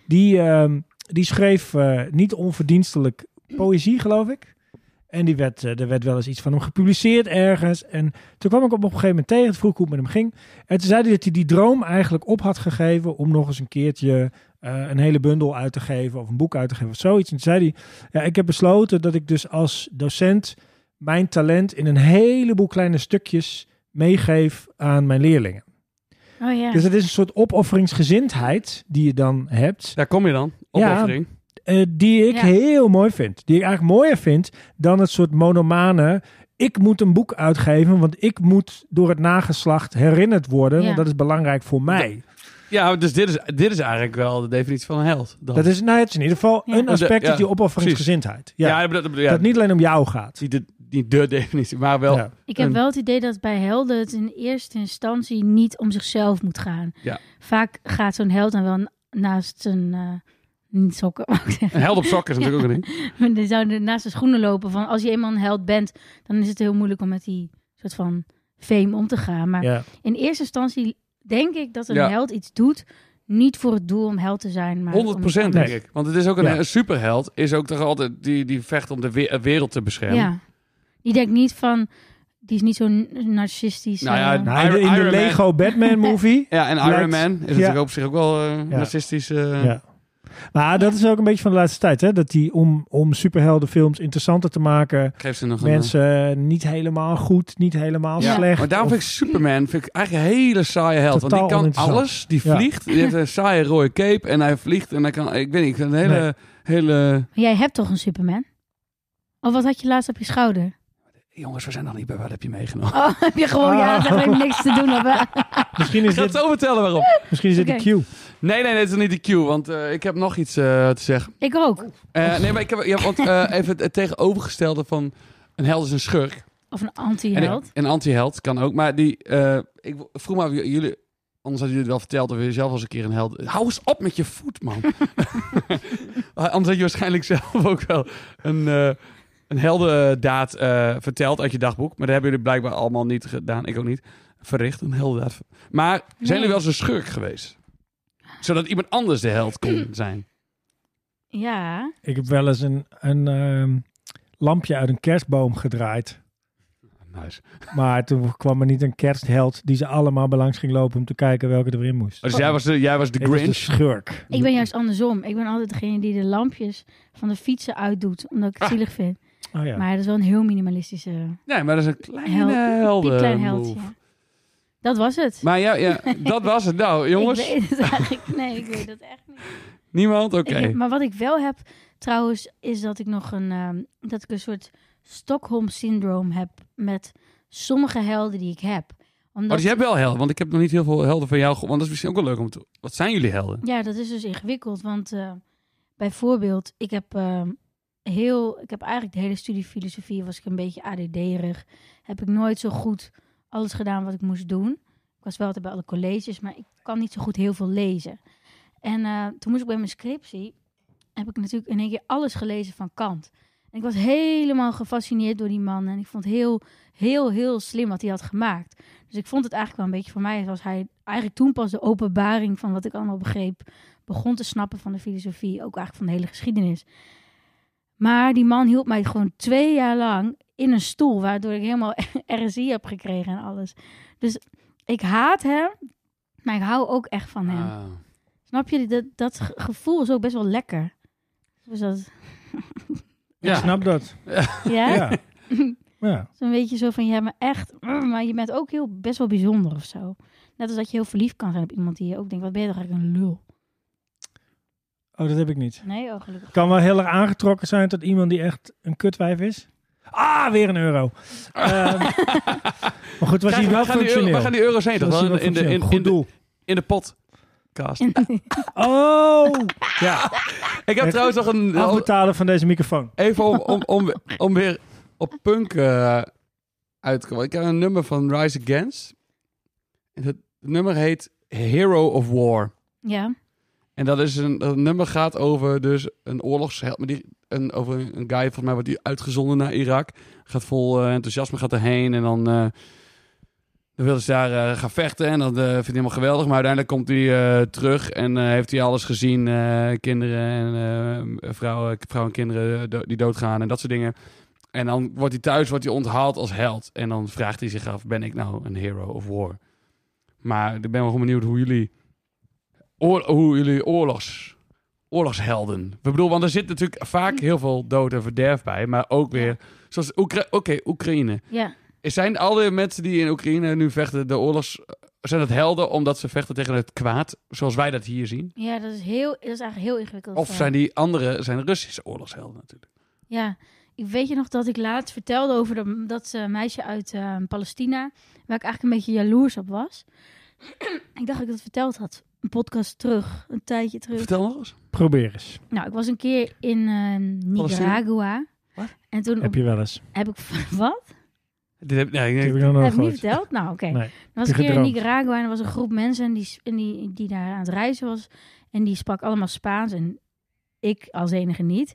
die schreef niet onverdienstelijk poëzie, geloof ik. En er werd wel eens iets van hem gepubliceerd ergens. En toen kwam ik op een gegeven moment tegen. Het vroeg hoe het met hem ging. En toen zei hij dat hij die droom eigenlijk op had gegeven om nog eens een keertje een hele bundel uit te geven of een boek uit te geven of zoiets. En toen zei hij, ik heb besloten dat ik dus als docent mijn talent in een heleboel kleine stukjes meegeef aan mijn leerlingen. Oh ja. Dus het is een soort opofferingsgezindheid die je dan hebt. Daar kom je dan, opoffering. Die ik heel mooi vind. Die ik eigenlijk mooier vind dan het soort monomane... Ik moet een boek uitgeven, want ik moet door het nageslacht herinnerd worden. Want dat is belangrijk voor mij. Ja, dus dit is eigenlijk wel de definitie van een held. Dan. Dat is, het is in ieder geval een aspect is die opofferingsgezindheid. Ja. Dat het niet alleen om jou gaat. Niet de definitie, maar wel... Ja. Ik heb wel het idee dat bij helden het in eerste instantie niet om zichzelf moet gaan. Ja. Vaak gaat zo'n held dan wel naast zijn... niet sokken. Een held op sokken is natuurlijk ook een ding. Die zouden naast de schoenen lopen van als je eenmaal een held bent, dan is het heel moeilijk om met die soort van fame om te gaan. Maar in eerste instantie denk ik dat een held iets doet, niet voor het doel om held te zijn. Maar 100% denk ik. Want het is ook een superheld, is ook toch altijd die vecht om de wereld te beschermen. Ja. Die denkt niet van... Die is niet zo narcistisch. In de Lego Batman movie. Ja, en Iron Man is natuurlijk op zich ook wel narcistisch. Maar dat is ook een beetje van de laatste tijd. Hè? Dat die om superheldenfilms interessanter te maken... Geeft ze nog mensen niet helemaal goed, niet helemaal slecht. Maar daarom vind ik Superman eigenlijk een hele saaie held. Want die kan alles. Die vliegt. Die heeft een saaie rode cape. En hij vliegt. En hij kan... Ik weet niet. Een hele... Jij hebt toch een Superman? Of wat had je laatst op je schouder? Jongens, we zijn nog niet bij wat heb je meegenomen. Oh, heb je gewoon, dat heeft niks te doen. Misschien is ik ga het zo vertellen waarom. Misschien is dit de Q. Nee, het is niet de Q, want ik heb nog iets te zeggen. Ik ook. Nee, maar ik heb even het tegenovergestelde van een held is een schurk. Of een anti-held. Een anti-held kan ook, maar ik vroeg maar jullie, anders hadden jullie het wel verteld of je zelf als een keer een held. Hou eens op met je voet, man. Anders had je waarschijnlijk zelf ook wel een heldendaad verteld uit je dagboek. Maar dat hebben jullie blijkbaar allemaal niet gedaan. Ik ook niet. Verricht, een heldendaad. Maar zijn jullie wel eens een schurk geweest? Zodat iemand anders de held kon zijn. Ja. Ik heb wel eens een lampje uit een kerstboom gedraaid. Nice. Maar toen kwam er niet een kerstheld die ze allemaal belangs ging lopen om te kijken welke er weer moest. Dus jij was de Grinch? Was de schurk. Ik ben juist andersom. Ik ben altijd degene die de lampjes van de fietsen uitdoet, omdat ik het zielig vind. Oh ja. Maar dat is wel een heel minimalistische... Nee, maar dat is een klein heldje. Dat was het. Maar ja, dat was het. Nou, jongens. Ik weet het eigenlijk. Nee, ik weet het echt niet. Niemand? Oké. Maar wat ik wel heb, trouwens, is dat ik nog dat ik een soort Stockholm-syndroom heb met sommige helden die ik heb. Omdat... Dus je hebt wel helden, want ik heb nog niet heel veel helden van jou. Want dat is misschien ook wel leuk om te... Wat zijn jullie helden? Ja, dat is dus ingewikkeld, want bijvoorbeeld, ik heb eigenlijk de hele studie filosofie, was ik een beetje ADD-erig. Heb ik nooit zo goed alles gedaan wat ik moest doen. Ik was wel altijd bij alle colleges, maar ik kan niet zo goed heel veel lezen. En toen moest ik bij mijn scriptie, heb ik natuurlijk in één keer alles gelezen van Kant. En ik was helemaal gefascineerd door die man. En ik vond heel, heel, heel slim wat hij had gemaakt. Dus ik vond het eigenlijk wel een beetje voor mij, zoals hij eigenlijk toen pas de openbaring van wat ik allemaal begreep, begon te snappen van de filosofie, ook eigenlijk van de hele geschiedenis. Maar die man hield mij gewoon 2 jaar lang in een stoel, waardoor ik helemaal RSI heb gekregen en alles. Dus ik haat hem, maar ik hou ook echt van hem. Snap je? Dat gevoel is ook best wel lekker. Dus dat... Ja, ik snap dat. Ja? Ja. Zo'n beetje zo van, ja, maar echt... Maar je bent ook best wel bijzonder of zo. Net als dat je heel verliefd kan zijn op iemand die je ook denkt, wat ben je toch eigenlijk een lul? Oh, dat heb ik niet. Nee, gelukkig. Kan wel heel erg aangetrokken zijn tot iemand die echt een kutwijf is. Weer €1. Maar goed, was hij wel functioneel. Waar gaan die euro's heen? Toch wel in de podcast. Oh! Ja. Ik heb trouwens nog een... Afbetalen van deze microfoon. Even om weer op punk uit te komen. Ik heb een nummer van Rise Against. Het nummer heet Hero of War. Ja. En dat nummer gaat over dus een oorlogsheld. Over een guy, volgens mij wordt die uitgezonden naar Irak. Gaat vol enthousiasme gaat erheen. En dan willen ze daar gaan vechten. En dat vindt hij helemaal geweldig. Maar uiteindelijk komt hij terug. En heeft hij alles gezien. Kinderen en vrouwen en kinderen die doodgaan. En dat soort dingen. En dan wordt hij thuis onthaald als held. En dan vraagt hij zich af, ben ik nou een hero of war? Maar ik ben wel gewoon benieuwd hoe jullie oorlogshelden. Ik bedoel, want er zit natuurlijk vaak heel veel dood en verderf bij. Maar ook weer, zoals Oekraïne. Ja. Zijn al die mensen die in Oekraïne nu vechten, zijn dat helden omdat ze vechten tegen het kwaad, zoals wij dat hier zien? Ja, dat is eigenlijk heel ingewikkeld. Of zijn die andere Russische oorlogshelden natuurlijk? Ja, weet je nog dat ik laatst vertelde over dat meisje uit Palestina, waar ik eigenlijk een beetje jaloers op was. Ik dacht dat ik dat verteld had. Een podcast terug, een tijdje terug. Vertel nog eens. Probeer eens. Nou, ik was een keer in Nicaragua. Wat? En toen Heb je wel eens? Heb ik wat? Dit heb, nee, Dat heb ik nog nooit Heb ik niet gehoord. verteld? Nou, oké. Nee. Er was een keer in Nicaragua en er was een groep mensen die daar aan het reizen was. En die sprak allemaal Spaans en ik als enige niet.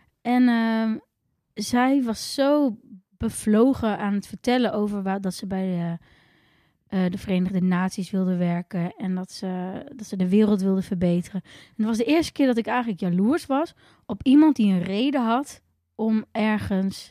En zij was zo bevlogen aan het vertellen over dat ze bij de Verenigde Naties wilde werken en dat ze de wereld wilde verbeteren. En dat was de eerste keer dat ik eigenlijk jaloers was op iemand die een reden had om ergens,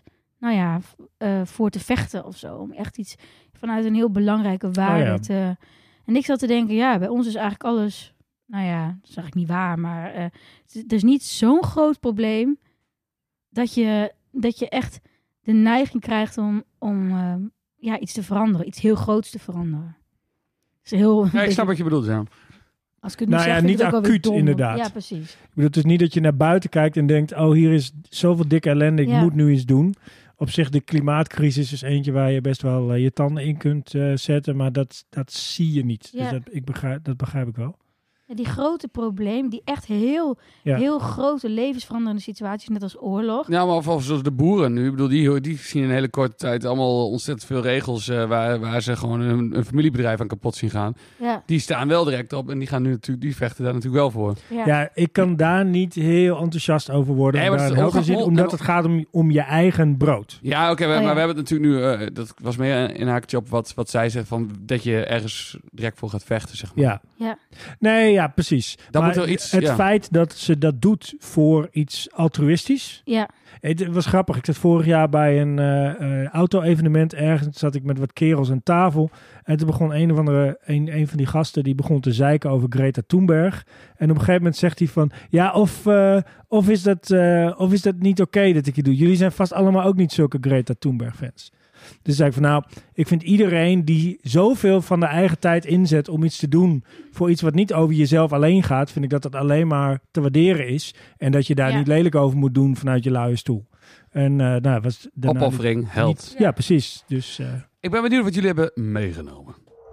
voor te vechten of zo. Om echt iets vanuit een heel belangrijke waarde te... En ik zat te denken, ja, bij ons is eigenlijk alles... dat is eigenlijk niet waar, maar het is niet zo'n groot probleem dat je echt de neiging krijgt om iets te veranderen. Iets heel groots te veranderen. Is heel, ik snap wat je bedoelt, ja. Als ik het nu zeg, vind ik niet het ook wel weer acuut dom. inderdaad. Ja, precies. Ik bedoel, het is niet dat je naar buiten kijkt en denkt, oh, hier is zoveel dikke ellende, ik moet nu iets doen. Op zich, de klimaatcrisis is eentje waar je best wel je tanden in kunt zetten, maar dat zie je niet. Ja. Dus dat begrijp ik wel. Ja, die grote probleem, die echt heel grote levensveranderende situaties, net als oorlog. Ja, maar of zoals de boeren nu. Ik bedoel, die zien in een hele korte tijd allemaal ontzettend veel regels waar ze gewoon een familiebedrijf aan kapot zien gaan. Ja. Die staan wel direct op en die gaan nu natuurlijk, die vechten daar natuurlijk wel voor. Ja, ik kan daar niet heel enthousiast over worden. Nee, maar omdat het gaat om je eigen brood. Ja, oké, maar we hebben het natuurlijk nu... dat was meer een haakje op wat zij zegt, van dat je ergens direct voor gaat vechten, zeg maar. Ja. Nee, ja, precies. Dan maar moet er iets, het feit dat ze dat doet voor iets altruïstisch. Ja. Het was grappig. Ik zat vorig jaar bij een auto-evenement ergens. Zat ik met wat kerels aan tafel. En toen begon een van die gasten die begon te zeiken over Greta Thunberg. En op een gegeven moment zegt hij van... Ja, of is dat niet oké dat ik het doe? Jullie zijn vast allemaal ook niet zulke Greta Thunberg-fans. Dus zei ik van ik vind iedereen die zoveel van de eigen tijd inzet om iets te doen voor iets wat niet over jezelf alleen gaat, vind ik dat alleen maar te waarderen is. En dat je daar niet lelijk over moet doen vanuit je luie stoel. En was daarna opoffering, held. Ja, precies. Dus, ik ben benieuwd wat jullie hebben meegenomen.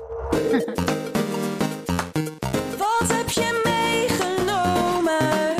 Wat heb je meegenomen?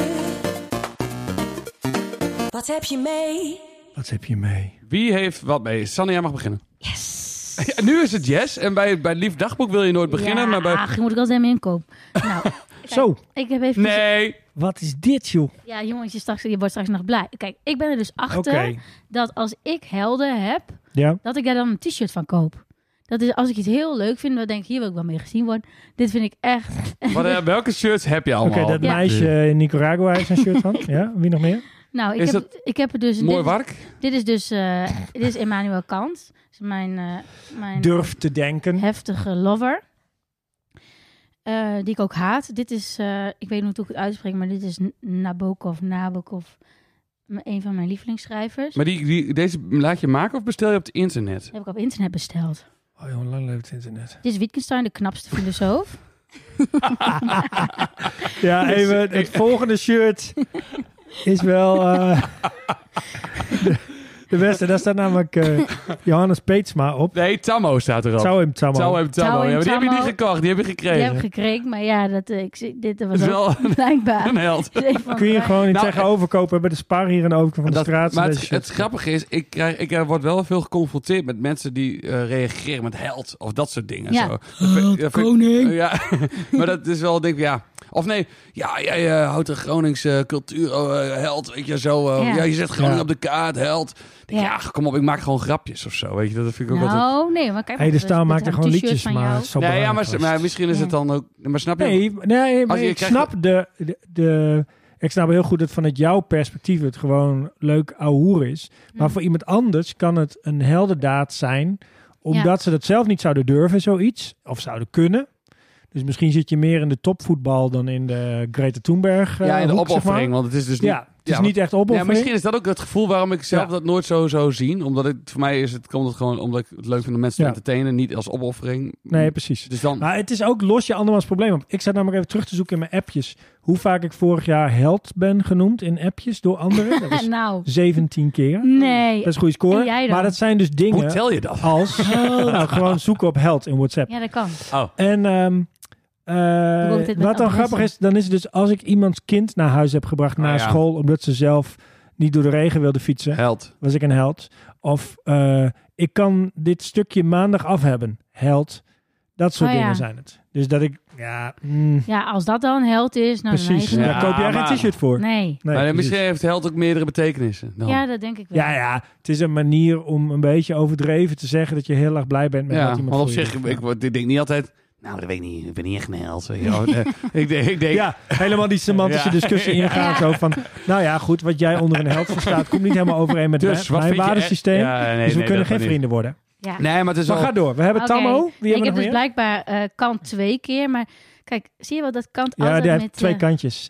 Wat heb je mee? Wat heb je mee? Wie heeft wat mee? Sanne, jij mag beginnen. Yes! Ja, nu is het yes. En bij Lief Dagboek wil je nooit beginnen. Maar bij... je moet ik altijd helemaal inkomen. Nou, kijk, Zo. Ik heb even... Nee. Wat is dit, joh? Ja, jongens, je wordt straks nog blij. Kijk, ik ben er dus achter dat als ik helden heb, dat ik daar dan een t-shirt van koop. Dat is, als ik iets heel leuk vind, dan denk ik, hier wil ik wel mee gezien worden. Dit vind ik echt... Welke shirts heb je allemaal? Oké, dat meisje in Nicaragua heeft een shirt van. Ja, wie nog meer? Nou, ik heb er dus... Mooi werk. Dit is dus... dit is Emmanuel Kant. Dat is mijn Durf te denken. Heftige lover. Die ik ook haat. Dit is... ik weet niet hoe ik het uitspreek, maar dit is Nabokov. Een van mijn lievelingsschrijvers. Maar deze laat je maken of bestel je op het internet? Dat heb ik op internet besteld. Oh joh, lang leeft het internet. Dit is Wittgenstein, de knapste filosoof. Ja, even het volgende shirt is wel de beste. Daar staat namelijk Johannes Peetsma op. Nee, Tammo staat erop. Zou Tammo. Ja, maar die heb je niet gekocht, die heb je gekregen. Die heb ik gekregen, maar ja, dit was wel blijkbaar een held. Kun je gewoon niet tegenover kopen bij de Spar hier in de overkant van de straat. Maar het grappige is, ik word wel veel geconfronteerd met mensen die reageren met held of dat soort dingen. Ja. Zo. Koning. Ja, maar dat is wel, denk ik, ja. Of nee, jij houdt de Groningse cultuur, held, weet je, zo. Je zet Groningen op de kaart, held. Ja, kom op, ik maak gewoon grapjes of zo, weet je. Dat vind ik ook altijd... nee, maar kijk. De Staal maakt er gewoon liedjes, maar... Nee, ja, maar misschien is het dan ook... Maar snap je? Nee, maar ik snap ik snap heel goed dat vanuit jouw perspectief het gewoon leuk ouwehoer is. Maar voor iemand anders kan het een heldendaad zijn, omdat ze dat zelf niet zouden durven, zoiets. Of zouden kunnen. Dus misschien zit je meer in de topvoetbal dan in de Greta Thunberg in de hoek, opoffering, zeg maar. want het is dus niet... Het is niet echt opoffering. Ja, misschien is dat ook het gevoel waarom ik zelf dat nooit zo zou zien. Omdat voor mij komt het gewoon omdat ik het leuk vind om mensen te entertainen. Niet als opoffering. Nee, precies. Dus dan... Maar het is ook los je andermans probleem op. Ik zat namelijk even terug te zoeken in mijn appjes. Hoe vaak ik vorig jaar held ben genoemd in appjes door anderen. Dat is 17 keer. Nee. Dat is een goede score. Maar dat zijn dus dingen... Hoe tel je dat? Als gewoon zoeken op held in WhatsApp. Ja, dat kan. Oh. En wat dan grappig is, dan is het dus als ik iemands kind naar huis heb gebracht na school, omdat ze zelf niet door de regen wilde fietsen. Held. Was ik een held. Of ik kan dit stukje maandag af hebben. Held. Dat soort dingen zijn het. Dus dat ik, Ja, als dat dan held is, nou precies. Daar koop jij geen t-shirt voor. Nee. Maar misschien heeft held ook meerdere betekenissen. Dan. Ja, dat denk ik wel. Ja, het is een manier om een beetje overdreven te zeggen dat je heel erg blij bent met wat iemand want op voor zich, je ik denk niet altijd... Nou, dat weet ik niet. Ik ben niet echt een held. Ik denk... Ja, helemaal die semantische discussie ingaan. Zo van, nou ja, goed, wat jij onder een held verstaat, komt niet helemaal overeen met mijn waardesysteem. Dus we kunnen geen vrienden worden. Ja. Nee, maar het is wel... ga door. We hebben Tammo. Ik heb dus blijkbaar Kant 2 keer, maar kijk, zie je wel dat Kant altijd met... Ja, die heeft 2 kantjes.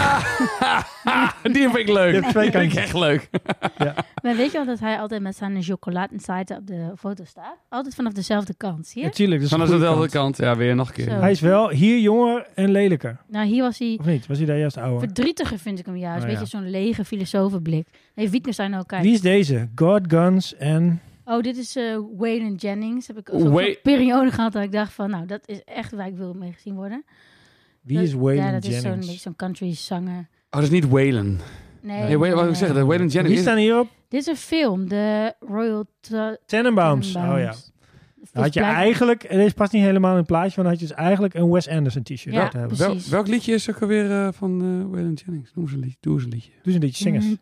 Die vind ik leuk. Die heeft 2 kantjes. Echt leuk. Ja. Maar weet je wel dat hij altijd met zijn chocoladensite op de foto staat? Altijd vanaf dezelfde kant, zie je? Natuurlijk. Vanaf dezelfde kant. Ja, weer nog een keer. Zo. Hij is wel hier jonger en lelijker. Nou, hier was hij... Of niet? Was hij daar juist ouder? Verdrietiger vind ik hem juist. Beetje zo'n lege filosofenblik. Nee, Wittgenstein ook kijken. Wie is deze? God, Guns en... Oh, dit is Waylon Jennings. Heb ik een periode gehad dat ik dacht van... Nou, dat is echt waar ik wil mee gezien worden. Wie is Waylon Jennings? Ja, dat is zo'n country zanger. Oh, dat is niet Waylon. Nee, wat wil ik zeggen? Waylon Jennings. Wie staan hierop? Dit is een film. De Royal Tenenbaums. Oh ja. Had je eigenlijk... Deze past niet helemaal in het plaatje. Want had je dus eigenlijk een Wes Anderson t-shirt. Ja, precies. Welk liedje is ook alweer van Waylon Jennings? Doe eens een liedje. Doe eens een liedje. Zing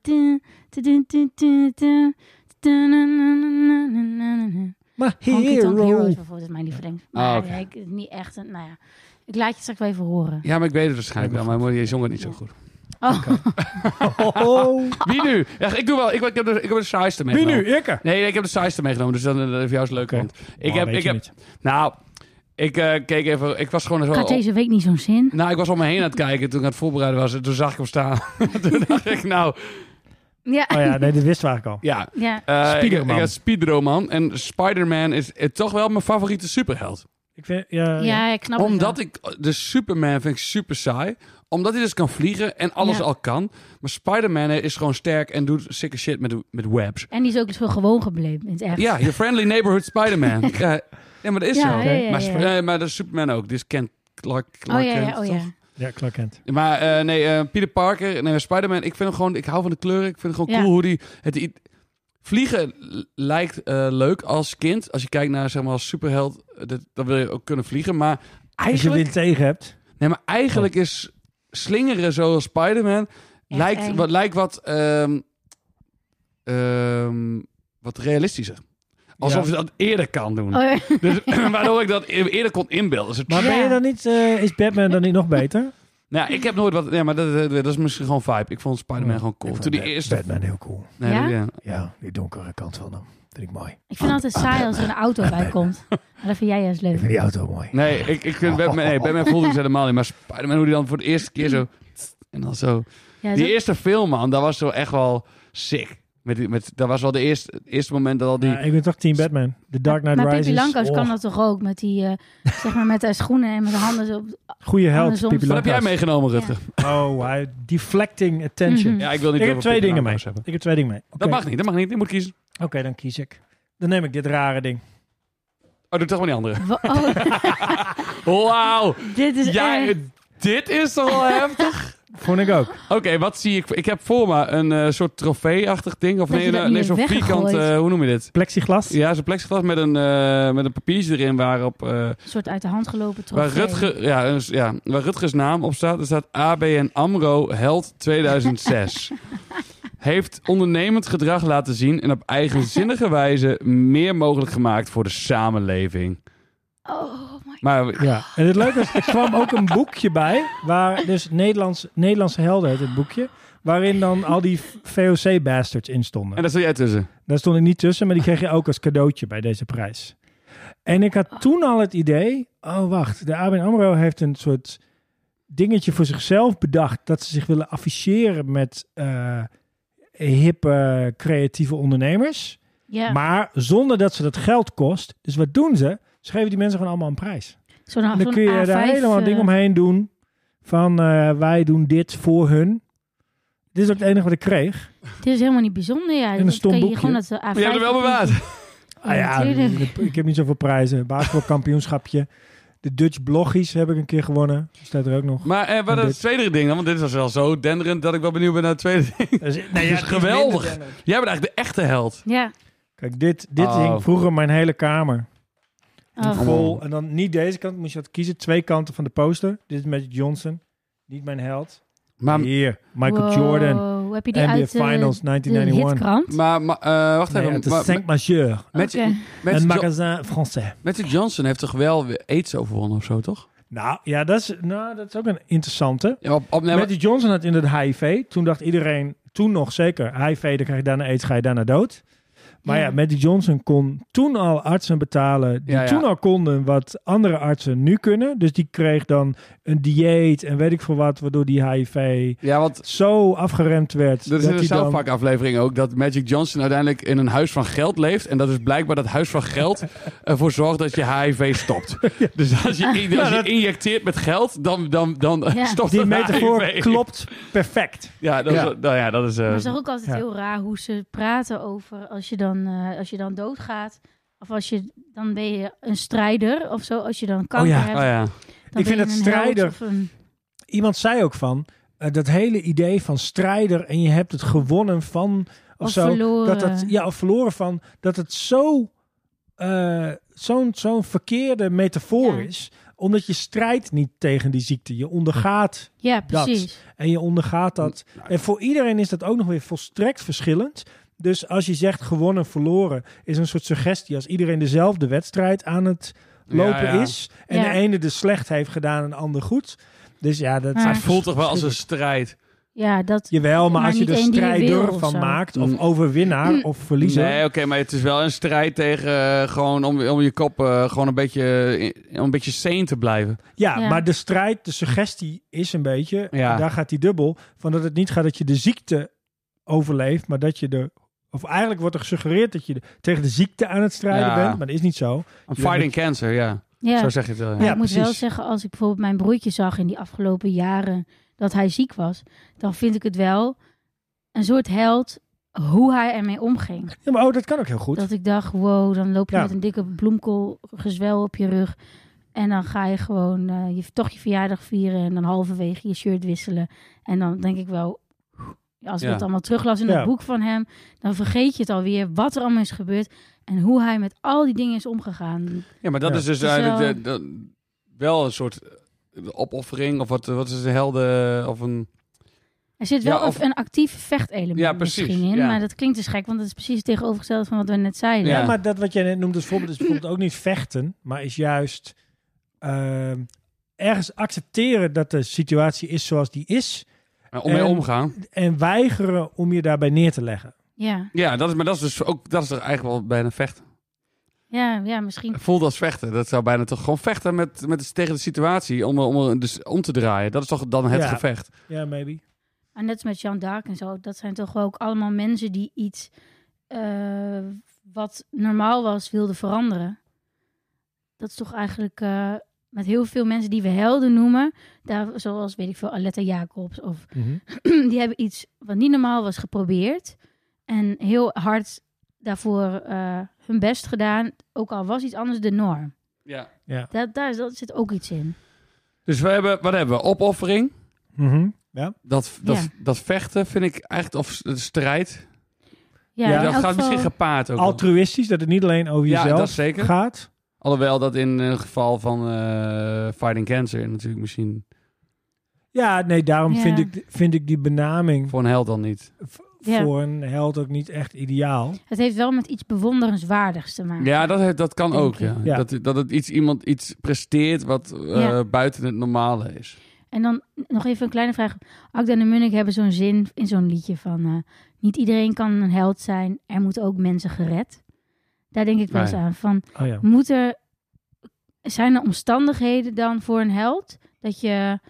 Maar Hero is mijn lieveling. Maar niet echt een... Nou ja, ik laat je straks wel even horen. Ja, maar ik weet het waarschijnlijk wel. Maar je zong het niet zo goed. Wie nu? Ja, ik doe wel. Ik heb de saaiste meegenomen. Wie nu? Ik? Nee, ik heb de saaiste meegenomen. Dus dan even jou is leuk. Want ik keek even. Ik was gewoon zo. Ik had deze week niet zo'n zin. Nou, ik was om me heen aan het kijken toen ik aan het voorbereiden was. En toen zag ik hem staan. Toen dacht ik, nou. Ja. Oh ja, nee, dat wist waar ik al. Ja. Spider-Man. Ik had Spider-Man. En Spider-Man is toch wel mijn favoriete superheld. Ik vind, ik snap het Omdat de Superman vind ik super saai. Omdat hij dus kan vliegen en alles al kan. Maar Spider-Man is gewoon sterk en doet sikke shit met webs. En die is ook dus gewoon gewoon gebleven in het echt. Ja, your friendly neighborhood Spider-Man. ja, maar dat is zo. Ja. Maar dat is Superman ook. Dit is Clark Kent. Ja, Clark Kent. Maar Peter Parker, Spider-Man. Ik vind hem gewoon, ik hou van de kleuren. Ik vind het gewoon cool hoe die... Vliegen lijkt leuk als kind. Als je kijkt naar, zeg maar, als superheld, dan wil je ook kunnen vliegen. Maar eigenlijk... Als je wind tegen hebt. Nee, maar eigenlijk is slingeren zoals Spider-Man... lijkt wat realistischer. Alsof je dat eerder kan doen. Oh, ja. Dus waardoor ik dat eerder kon inbeelden. Maar ben je dan niet... is Batman dan niet nog beter? Nou, ik heb nooit wat... Ja, maar dat is misschien gewoon vibe. Ik vond Spider-Man gewoon cool. Toen die eerste... Batman heel cool. Nee, ja, die donkere kant van hem. Vind ik mooi. Ik vind het altijd saai als er een auto bij komt. Maar dat vind jij juist leuk. Ik vind die auto mooi. Nee, ik vind Batman voelde ik helemaal niet. Maar Spider-Man, hoe die dan voor de eerste keer zo... En dan zo... Ja, die eerste film, man, dat was zo echt wel sick. Dat was wel de eerste moment dat al die... Ja, ik ben toch team Batman. The Dark Knight Rises. Maar Pippi Langkous kan dat toch ook? Met die, zeg maar, met haar schoenen en met de handen zo... Goeie held, Pippi Langkous. Wat heb jij meegenomen, Rutger? Ja. Oh, deflecting attention. Ja, ik wil niet. Ik heb 2 dingen mee. Ik heb 2 dingen mee. Okay. Dat mag niet. Je moet kiezen. Oké, dan kies ik. Dan neem ik dit rare ding. Oh, doe toch maar die andere. Wauw. Dit is dit is toch wel heftig? Vond ik ook. Oké, wat zie ik? Ik heb voor me een soort trofee-achtig ding. Of nee, zo'n vierkant... hoe noem je dit? Plexiglas? Ja, zo'n plexiglas met een papiertje erin waarop... een soort uit de hand gelopen trofee. Waar Rutgers naam op staat. Er staat ABN AMRO Held 2006. Heeft ondernemend gedrag laten zien... en op eigenzinnige wijze meer mogelijk gemaakt voor de samenleving. Oh my God. Maar ja, en het leuke is, er kwam ook een boekje bij, waar dus Nederlandse helden heet het boekje, waarin dan al die VOC-bastards in stonden. En daar stond jij tussen? Daar stond ik niet tussen, maar die kreeg je ook als cadeautje bij deze prijs. En ik had toen al het idee, oh wacht, de ABN AMRO heeft een soort dingetje voor zichzelf bedacht dat ze zich willen afficheren met hippe, creatieve ondernemers. Ja. Maar zonder dat ze dat geld kost. Dus wat doen ze? Ze geven die mensen gewoon allemaal een prijs. En dan kun je daar helemaal ding omheen doen. Van wij doen dit voor hun. Dit is ook het enige wat ik kreeg. Dit is helemaal niet bijzonder. Ja. En een stom kan je boekje. gewoon dat A5 Maar je hebt er wel bewaard. Ik heb niet zoveel prijzen. Basketbalkampioenschapje. De Dutch Bloggies heb ik een keer gewonnen. Staat er ook nog. Maar wat is het tweede ding dan? Want dit was wel zo denderend dat ik wel benieuwd ben naar het tweede ding. Dat is geweldig. Jij bent eigenlijk de echte held. Ja. Kijk, dit hing vroeger mijn hele kamer. Oh. Vol. En dan niet deze kant, moest je dat kiezen. 2 kanten van de poster. Dit is Magic Johnson. Niet mijn held. Maar, hier, Michael Jordan. Hoe heb je die NBA uit Finals de 1991. hitkrant? maar wacht even. Het is Saint-Majeur. Een magazin français. Magic Johnson heeft toch wel weer AIDS overwonnen of zo, toch? Nou, ja, dat is ook een interessante. Ja, Magic Johnson had inderdaad HIV. Toen dacht iedereen, toen nog zeker, HIV, dan krijg je daarna AIDS, ga je daarna dood. Maar ja, Magic Johnson kon toen al artsen betalen die toen al konden wat andere artsen nu kunnen. Dus die kreeg dan een dieet en weet ik veel wat, waardoor die HIV zo afgeremd werd. Dat is in de South Park aflevering ook, dat Magic Johnson uiteindelijk in een huis van geld leeft. En dat is blijkbaar dat huis van geld ervoor zorgt dat je HIV stopt. Dus als je injecteert met geld, dan stopt die het metafoor HIV. klopt perfect. Ja, dat is... Maar het is toch ook altijd heel raar hoe ze praten over als je dan doodgaat. Of dan ben je een strijder of zo. Als je dan kanker hebt. Dan ik vind het strijder... Iemand zei ook van... dat hele idee van strijder en je hebt het gewonnen van... Of zo. Verloren. Of verloren van... Dat het zo'n verkeerde metafoor is. Omdat je strijdt niet tegen die ziekte. Je ondergaat dat. En je ondergaat dat. En voor iedereen is dat ook nog weer volstrekt verschillend. Dus als je zegt gewonnen, verloren, is een soort suggestie. Als iedereen dezelfde wedstrijd aan het lopen is. En de ene de slecht heeft gedaan en de ander goed. Dus ja, dat het voelt toch wel als een strijd. Ja, Jawel, maar als je er strijder van maakt, of overwinnaar of verliezer. Nee, oké, maar het is wel een strijd tegen gewoon om je kop gewoon een beetje sane te blijven. Ja, maar de strijd, de suggestie is een beetje, daar gaat die dubbel, van dat het niet gaat dat je de ziekte overleeft, maar dat je of eigenlijk wordt er gesuggereerd dat je tegen de ziekte aan het strijden bent, maar dat is niet zo. Fighting cancer, zo zeg je het wel. Ja, ik moet wel zeggen, als ik bijvoorbeeld mijn broertje zag in die afgelopen jaren dat hij ziek was, dan vind ik het wel een soort held hoe hij ermee omging. Ja, maar dat kan ook heel goed. Dat ik dacht, wow, dan loop je met een dikke bloemkoolgezwel op je rug en dan ga je gewoon toch je verjaardag vieren en dan halverwege je shirt wisselen. En dan denk ik wel, als ik het allemaal teruglas in het boek van hem, dan vergeet je het alweer wat er allemaal is gebeurd en hoe hij met al die dingen is omgegaan. Ja, maar dat is dus eigenlijk wel een soort opoffering of wat is de helden of een... Er zit wel een actief vechtelement misschien in, maar dat klinkt dus gek, want dat is precies het tegenovergestelde van wat we net zeiden. Ja, maar dat wat jij net noemde als voorbeeld is bijvoorbeeld ook niet vechten, maar is juist ergens accepteren dat de situatie is zoals die is. Om mee omgaan. En weigeren om je daarbij neer te leggen. Ja, dat is dus ook, dat is toch eigenlijk wel bijna vechten. Ja, misschien. Voelt als vechten. Dat zou bijna toch gewoon vechten tegen de situatie om te draaien. Dat is toch dan het gevecht. Ja, maybe. En net als met Jeanne d'Arc en zo. Dat zijn toch ook allemaal mensen die iets wat normaal was wilden veranderen. Dat is toch eigenlijk met heel veel mensen die we helden noemen. Zoals, weet ik veel, Aletta Jacobs. Of die hebben iets wat niet normaal was geprobeerd. En heel hard daarvoor hun best gedaan. Ook al was iets anders de norm. Ja. Daar zit ook iets in. Dus wat hebben we? Opoffering. Ja. Dat vechten vind ik eigenlijk, of de strijd. Ja, dat gaat misschien gepaard ook. Altruïstisch, dat het niet alleen over jezelf gaat. Alhoewel dat in het geval van Fighting Cancer natuurlijk misschien... Ja, nee, daarom vind ik die benaming... Voor een held dan niet. Voor een held ook niet echt ideaal. Het heeft wel met iets bewonderenswaardigs te maken. Ja, dat kan ook. Ja. Dat het iemand iets presteert wat buiten het normale is. En dan nog even een kleine vraag. Akda en de Munnik hebben zo'n zin in zo'n liedje van... niet iedereen kan een held zijn. Er moeten ook mensen gered. Daar denk ik wel eens aan. Van, zijn er omstandigheden dan voor een held? Dat je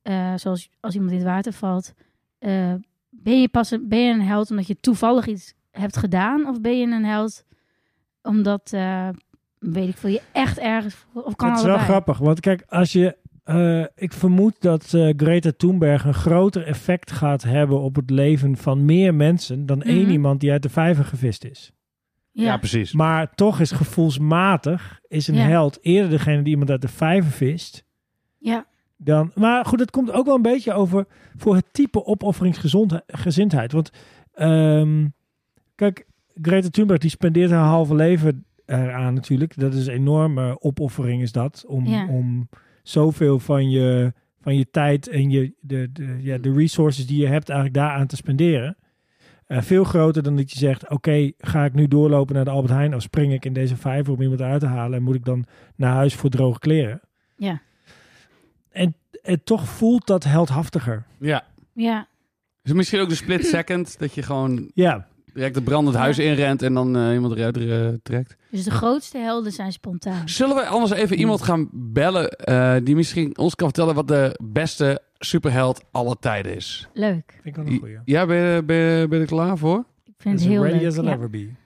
zoals als iemand in het water valt, ben je een held omdat je toevallig iets hebt gedaan? Of ben je een held omdat, weet ik veel, je echt ergens... Of kan Het is allebei? wel grappig, want kijk, als je... ik vermoed dat Greta Thunberg een groter effect gaat hebben op het leven van meer mensen dan één iemand die uit de vijver gevist is. Ja, precies. Maar toch is gevoelsmatig is een held eerder degene die iemand uit de vijver vist. Ja. Maar goed, het komt ook wel een beetje over voor het type opofferingsgezindheid. Want kijk, Greta Thunberg die spendeert haar halve leven eraan natuurlijk. Dat is een enorme opoffering is dat. Om zoveel van je tijd en de resources die je hebt eigenlijk daaraan te spenderen. Veel groter dan dat je zegt, oké, ga ik nu doorlopen naar de Albert Heijn of spring ik in deze vijver om iemand uit te halen en moet ik dan naar huis voor droge kleren? Ja. En toch voelt dat heldhaftiger. Ja. Ja. Dus misschien ook de split second dat je gewoon direct het brandend huis inrent en dan iemand eruit trekt. Dus de grootste helden zijn spontaan. Zullen we anders even iemand gaan bellen die misschien ons kan vertellen wat de beste superheld aller tijden is? Leuk. Vind ik wel een goeie. Ja, ben je er klaar voor? Ik vind het heel leuk. Ready as I'll ever be.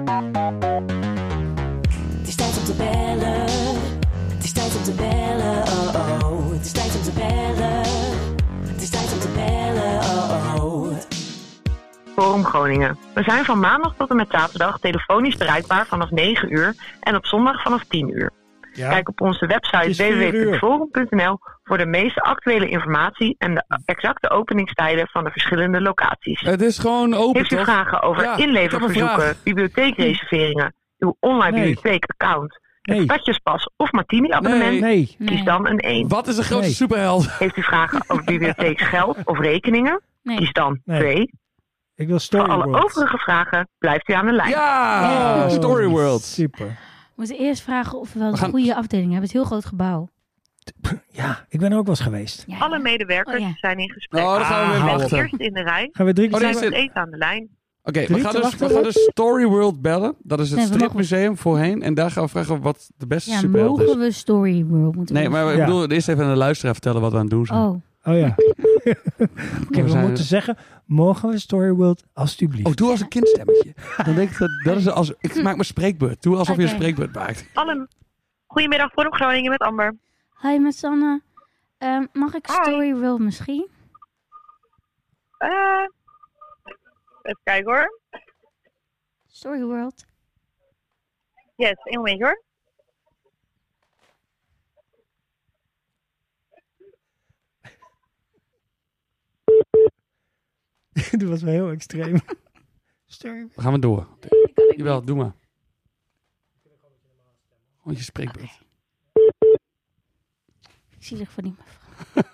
Het is tijd om te bellen. Het is tijd om te bellen. Oh oh. Het is tijd om te bellen. Het is tijd om te bellen. Oh oh. Forum Groningen. We zijn van maandag tot en met zaterdag telefonisch bereikbaar vanaf 9 uur en op zondag vanaf 10 uur. Ja. Kijk op onze website www.forum.nl voor de meest actuele informatie en de exacte openingstijden van de verschillende locaties. Het is gewoon open, Heeft u toch? vragen over Ja, ik heb een inleververzoeken, vraag. bibliotheekreserveringen, uw online bibliotheekaccount, het stadjespas of Martini-abonnement? Nee. Kies dan een 1. Wat is de grootste superheld? Heeft u vragen over bibliotheeksgeld of rekeningen? Nee. Kies dan Nee. 2. Ik wil Voor alle Storyworld. overige vragen blijft u aan de lijn. Ja, Oh, Storyworld. Super. We moeten eerst vragen of we wel We een gaan- goede afdeling hebben. Het is een heel groot gebouw. Ja, ik ben er ook wel eens geweest. Ja. Alle medewerkers Oh, ja. zijn in gesprek. Oh, dan gaan we weer hou wachten. Eerst in de rij. Gaan we 3 Oh, keer nee, Zijn is we het- het eten aan de lijn. Oké, Drie we te gaan wachten? dus Storyworld bellen. Dat is het Nee, we mogen- stripmuseum voorheen. En daar gaan we vragen wat de beste Ja, superheld is. mogen we Story World moeten Nee, we- maar ik Ja. bedoel eerst even aan de luisteraar vertellen wat we aan het doen zijn. Oh, Oh ja. Oké, we zijn- moeten zeggen, mogen we Storyworld alstublieft? Oh, doe als een kindstemmetje. Dan denk ik dat is als... Ik maak mijn spreekbeurt. Doe alsof je een Oké. spreekbeurt maakt. Goedemiddag, Forum Groningen met Amber. hi met Sanne. Mag ik Hi. Story World misschien? Even kijken hoor. Story World. Yes, een momentje hoor. Dat was wel heel extreem. Storyworld. Dan gaan we door. Jawel, doe maar. Gewoon je spreekbeurt. Zielig voor die mevrouw.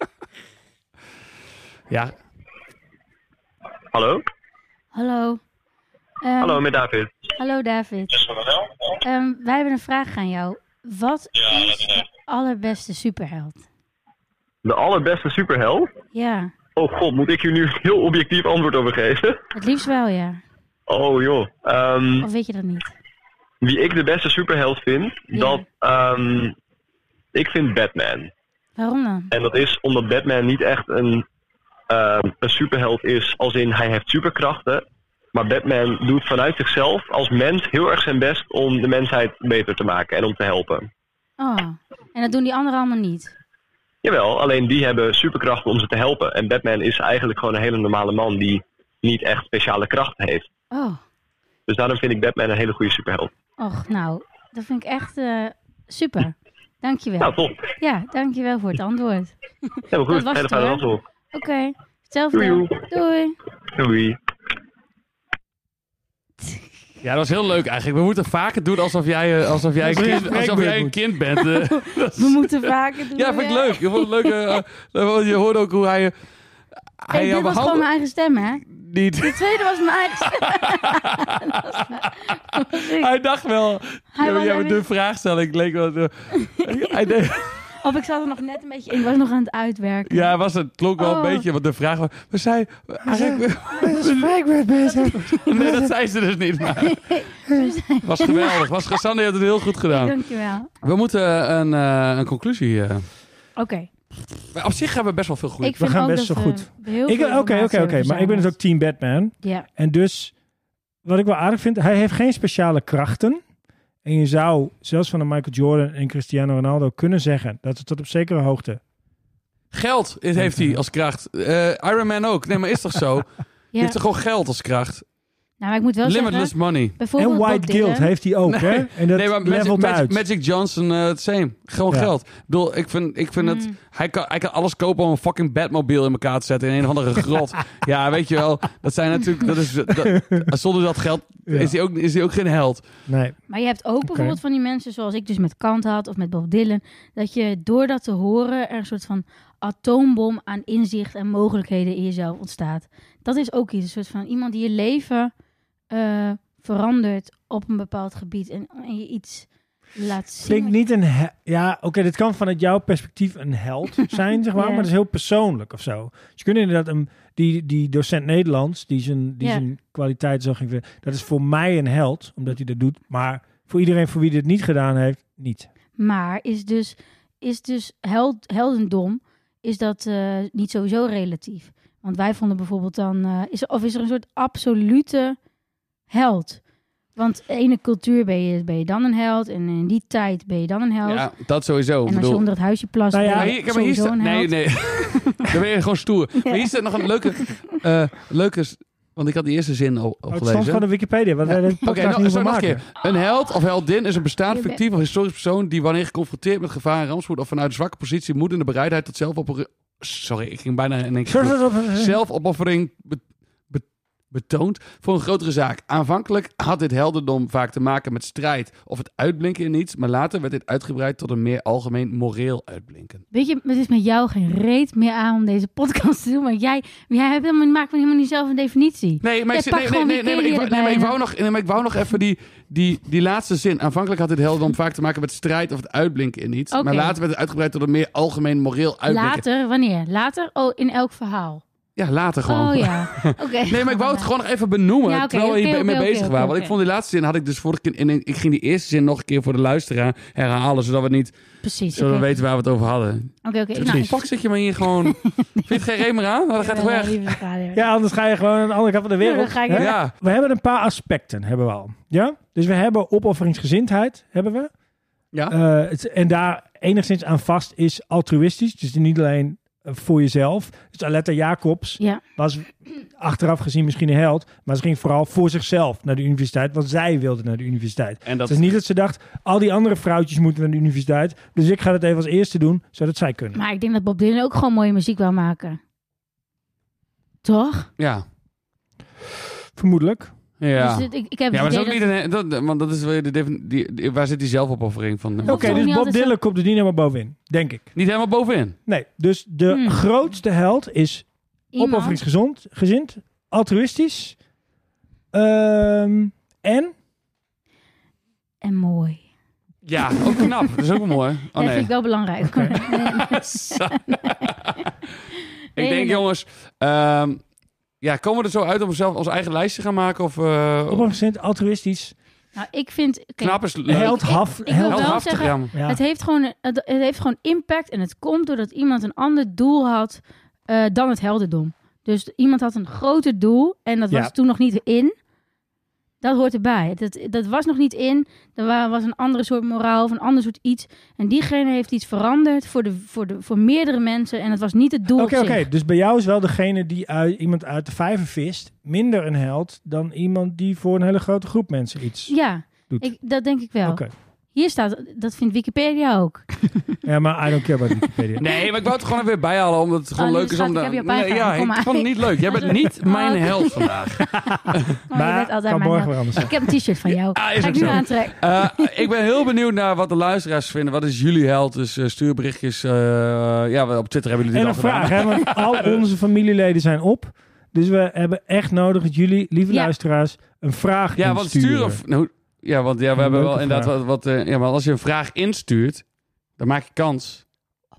Ja. Hallo? Hallo. Hallo, met David. Hallo David. Wij hebben een vraag aan jou. Wat is de allerbeste superheld? De allerbeste superheld? Ja, Oh god, moet ik hier nu een heel objectief antwoord over geven? het liefst wel ja. Oh joh. Of weet je dat niet? Wie ik de beste superheld vind, Ja. ik vind Batman. Waarom dan? En dat is omdat Batman niet echt een superheld is als in hij heeft superkrachten. Maar Batman doet vanuit zichzelf als mens heel erg zijn best om de mensheid beter te maken en om te helpen. Oh, en dat doen die anderen allemaal niet. Jawel, alleen die hebben superkrachten om ze te helpen. En Batman is eigenlijk gewoon een hele normale man die niet echt speciale krachten heeft. Oh, Dus daarom vind ik Batman een hele goede superheld. och, nou, dat vind ik echt super. Dankjewel. Nou, top. Ja, dankjewel voor het antwoord. Helemaal goed. Dat was Hele het, fijne hoor. antwoord. Oké, hetzelfde. Doei. Doei. Doei. Ja, dat was heel leuk eigenlijk. We moeten vaker doen alsof jij een kind bent. We moeten vaker doen. Ja, vind ik leuk. Ik vond het leuk. Je hoorde ook hoe hij... Hey, dit was gewoon mijn eigen stem, hè? Niet. De tweede was mijn eigen stem. Hij dacht wel... Hij was Ja, even- de vraagstelling leek wel... Hij deed... Of ik zat er nog net een beetje in. Ik was nog aan het uitwerken. Ja, het klonk wel een Oh. beetje, want de vraag was... We zei... Spreekbeurt bezig. Nee, dat zei ze dus niet. Maar was geweldig. Sanne heeft het heel goed gedaan. Dankjewel. We moeten een conclusie... Oké. op zich hebben we best wel veel goede. Ik vind gaan ook best dat zo we goed. heel veel Oké. informatie Maar ik ben dus ook team Batman. Ja. En dus, wat ik wel aardig vind, hij heeft geen speciale krachten. En je zou zelfs van de Michael Jordan en Cristiano Ronaldo kunnen zeggen dat het tot op zekere hoogte... Geld heeft hij als kracht. Iron Man ook. Nee, maar is toch zo? Je heeft toch gewoon geld als kracht? Nou, maar ik moet wel Limitless zeggen... money. Bijvoorbeeld En Bob White Dylan. Guilt heeft hij ook, hè? En dat maar levelt uit. Magic Johnson, het same. Gewoon geld. Ik bedoel, ik vind het... Hij kan alles kopen om een fucking Batmobile in elkaar te zetten in een of andere grot. Ja, weet je wel. Dat zijn natuurlijk... zonder dat geld is hij ook geen held. Nee. Maar je hebt ook bijvoorbeeld van die mensen zoals ik dus met Kant had of met Bob Dylan, dat je door dat te horen er een soort van atoombom aan inzicht en mogelijkheden in jezelf ontstaat. Dat is ook iets, een soort van iemand die je leven verandert op een bepaald gebied en je iets laat zien. Vind ik niet een... dit kan vanuit jouw perspectief een held zijn, zeg maar. Ja. Maar dat is heel persoonlijk of zo. Dus je kunt inderdaad... Die docent Nederlands, die zijn kwaliteit zo ging vinden, dat is voor mij een held, omdat hij dat doet. Maar voor iedereen voor wie dit niet gedaan heeft, niet. Maar is dus heldendom, is dat niet sowieso relatief? Want wij vonden bijvoorbeeld dan... is er een soort absolute held? Want in de ene cultuur ben je dan een held. En in die tijd ben je dan een held. Ja, dat sowieso. En als je onder het huisje plast, ben je sowieso een held. Nee. Dan ben je gewoon stoer. Ja. Maar hier staat nog een leuke... Want ik had die eerste zin al Het gelezen. stond van de Wikipedia, wat wij de podcast niet nog van een maken. keer. Een held of heldin is een bestaand, fictief of historisch persoon die wanneer geconfronteerd met gevaar en rampspoed of vanuit een zwakke positie moed en de bereidheid tot zelfopoffering... Sorry, ik ging bijna in één keer... Zelfopoffering betoond voor een grotere zaak. Aanvankelijk had dit heldendom vaak te maken met strijd of het uitblinken in iets, maar later werd dit uitgebreid tot een meer algemeen moreel uitblinken. Weet je, het is met jou geen reet meer aan om deze podcast te doen, maar jij maakt helemaal niet zelf een definitie. Nee, maar ik wou nog even die laatste zin. Aanvankelijk had dit heldendom vaak te maken met strijd of het uitblinken in iets, maar later werd het uitgebreid tot een meer algemeen moreel uitblinken. Later? Wanneer? Later? Oh, in elk verhaal. Ja, later gewoon. Oh ja, oké. Nee, maar ik wou het gewoon nog even benoemen, Ja, terwijl we hiermee bezig waren. Want ik vond die laatste zin, had ik dus vorige keer... Ik ging die eerste zin nog een keer voor de luisteraar herhalen, zodat we niet... Precies. Zodat we weten waar we het over hadden. Oké. Fuck, zit je maar hier gewoon... Vind je het geen reet meer aan? Nou, dan gaat het weg. Ja, anders ga je gewoon aan de andere kant van de wereld. Ja. We hebben een paar aspecten, hebben we al. Ja? Dus we hebben opofferingsgezindheid, hebben we. Ja. En daar enigszins aan vast is altruïstisch. Dus niet alleen voor jezelf. Dus Aletta Jacobs was achteraf gezien misschien een held, maar ze ging vooral voor zichzelf naar de universiteit, want zij wilde naar de universiteit. En dat... Het is niet dat ze dacht, al die andere vrouwtjes moeten naar de universiteit, dus ik ga het even als eerste doen, zodat zij kunnen. Maar ik denk dat Bob Dylan ook gewoon mooie muziek wil maken. Toch? Ja. Vermoedelijk. Ja, dus ik heb maar dat is ook niet want dat is weer waar zit die zelfopoffering van? Oké, dus Bob Dylan komt er niet helemaal bovenin, denk ik. Niet helemaal bovenin? Nee, dus de grootste held is opofferingsgezind, altruïstisch en mooi. Ja, ook knap. Dat is ook mooi. Oh, dat vind ik wel belangrijk. Okay. Ik denk, jongens... komen we er zo uit om zelf ons eigen lijstje te gaan maken? Opofferingsgezind, altruïstisch. Nou, ik vind... Knap is leuk. Heldhaftig. Het heeft gewoon impact en het komt doordat iemand een ander doel had dan het heldendom. Dus iemand had een groter doel en dat was toen nog niet in. Dat hoort erbij. Dat was nog niet in. Er was een andere soort moraal of een ander soort iets. En diegene heeft iets veranderd voor meerdere mensen. En het was niet het doel op zich. Oké. Dus bij jou is wel degene die iemand uit de vijver vist minder een held dan iemand die voor een hele grote groep mensen iets doet. Dat denk ik wel. Okay. Hier staat, dat vindt Wikipedia ook. Ja, maar I don't care about Wikipedia. Nee, maar ik wou het gewoon weer bijhalen, omdat het gewoon leuk is om... Ik vond het niet leuk. Jij bent niet mijn held vandaag. Maar kan morgen weer anders. Ik heb een t-shirt van jou. Ga ik nu aantrekken. Ik ben heel benieuwd naar wat de luisteraars vinden. Wat is jullie held? Dus stuur berichtjes. Op Twitter hebben jullie dit al gedaan. En een vraag, hè, want al onze familieleden zijn op. Dus we hebben echt nodig dat jullie, lieve luisteraars, een vraag insturen. Ja, want we hebben wel inderdaad maar als je een vraag instuurt, dan maak je kans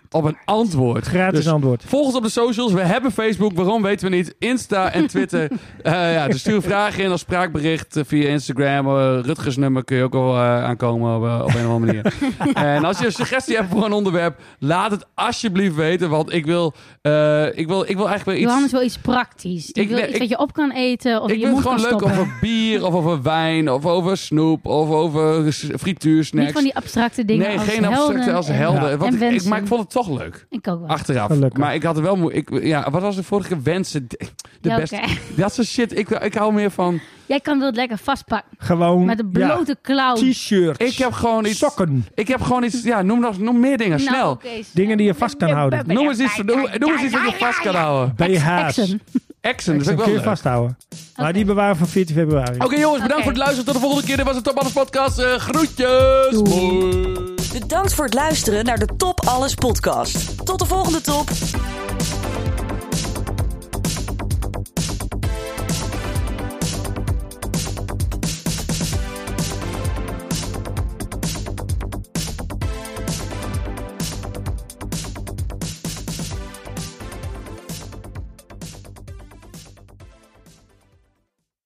op een antwoord. Gratis antwoord. Volg ons op de socials. We hebben Facebook. Waarom weten we niet. Insta en Twitter. Dus stuur vragen in als spraakbericht via Instagram. Rutgers nummer kun je ook wel aankomen op een of andere manier. En als je een suggestie hebt voor een onderwerp, laat het alsjeblieft weten. Want ik wil eigenlijk weer iets... Johannes wil iets praktisch. Iets wat je op kan eten of ik je vind mond het kan gewoon leuk stoppen. over bier of over wijn of over snoep of over frituursnacks. Niet van die abstracte dingen Nee, als geen abstracte als helden. en Maar ik vond het toch leuk. Ik ook wel. Achteraf. Gelukkig. Maar ik had er wel wat was de vorige keer? Wensen. De beste. Oké. Dat soort shit. Ik hou meer van... Jij kan dat lekker vastpakken. Gewoon. Met een blote klauw. T-shirts. Ik heb gewoon iets... Sokken. Ik heb gewoon iets... Ja, noem meer dingen. Snel. Nou, oké, Dingen die je vast kan houden. Noem eens iets wat je vast kan houden. BH's. Action. Dat vind ik kun wel je leuk. vasthouden. Maar die bewaren van 14 februari. Oké, jongens, bedankt Oké. voor het luisteren. Tot de volgende keer. Dit was de Top Alles podcast. Groetjes. Doei. Bedankt voor het luisteren naar de Top Alles podcast. Tot de volgende top.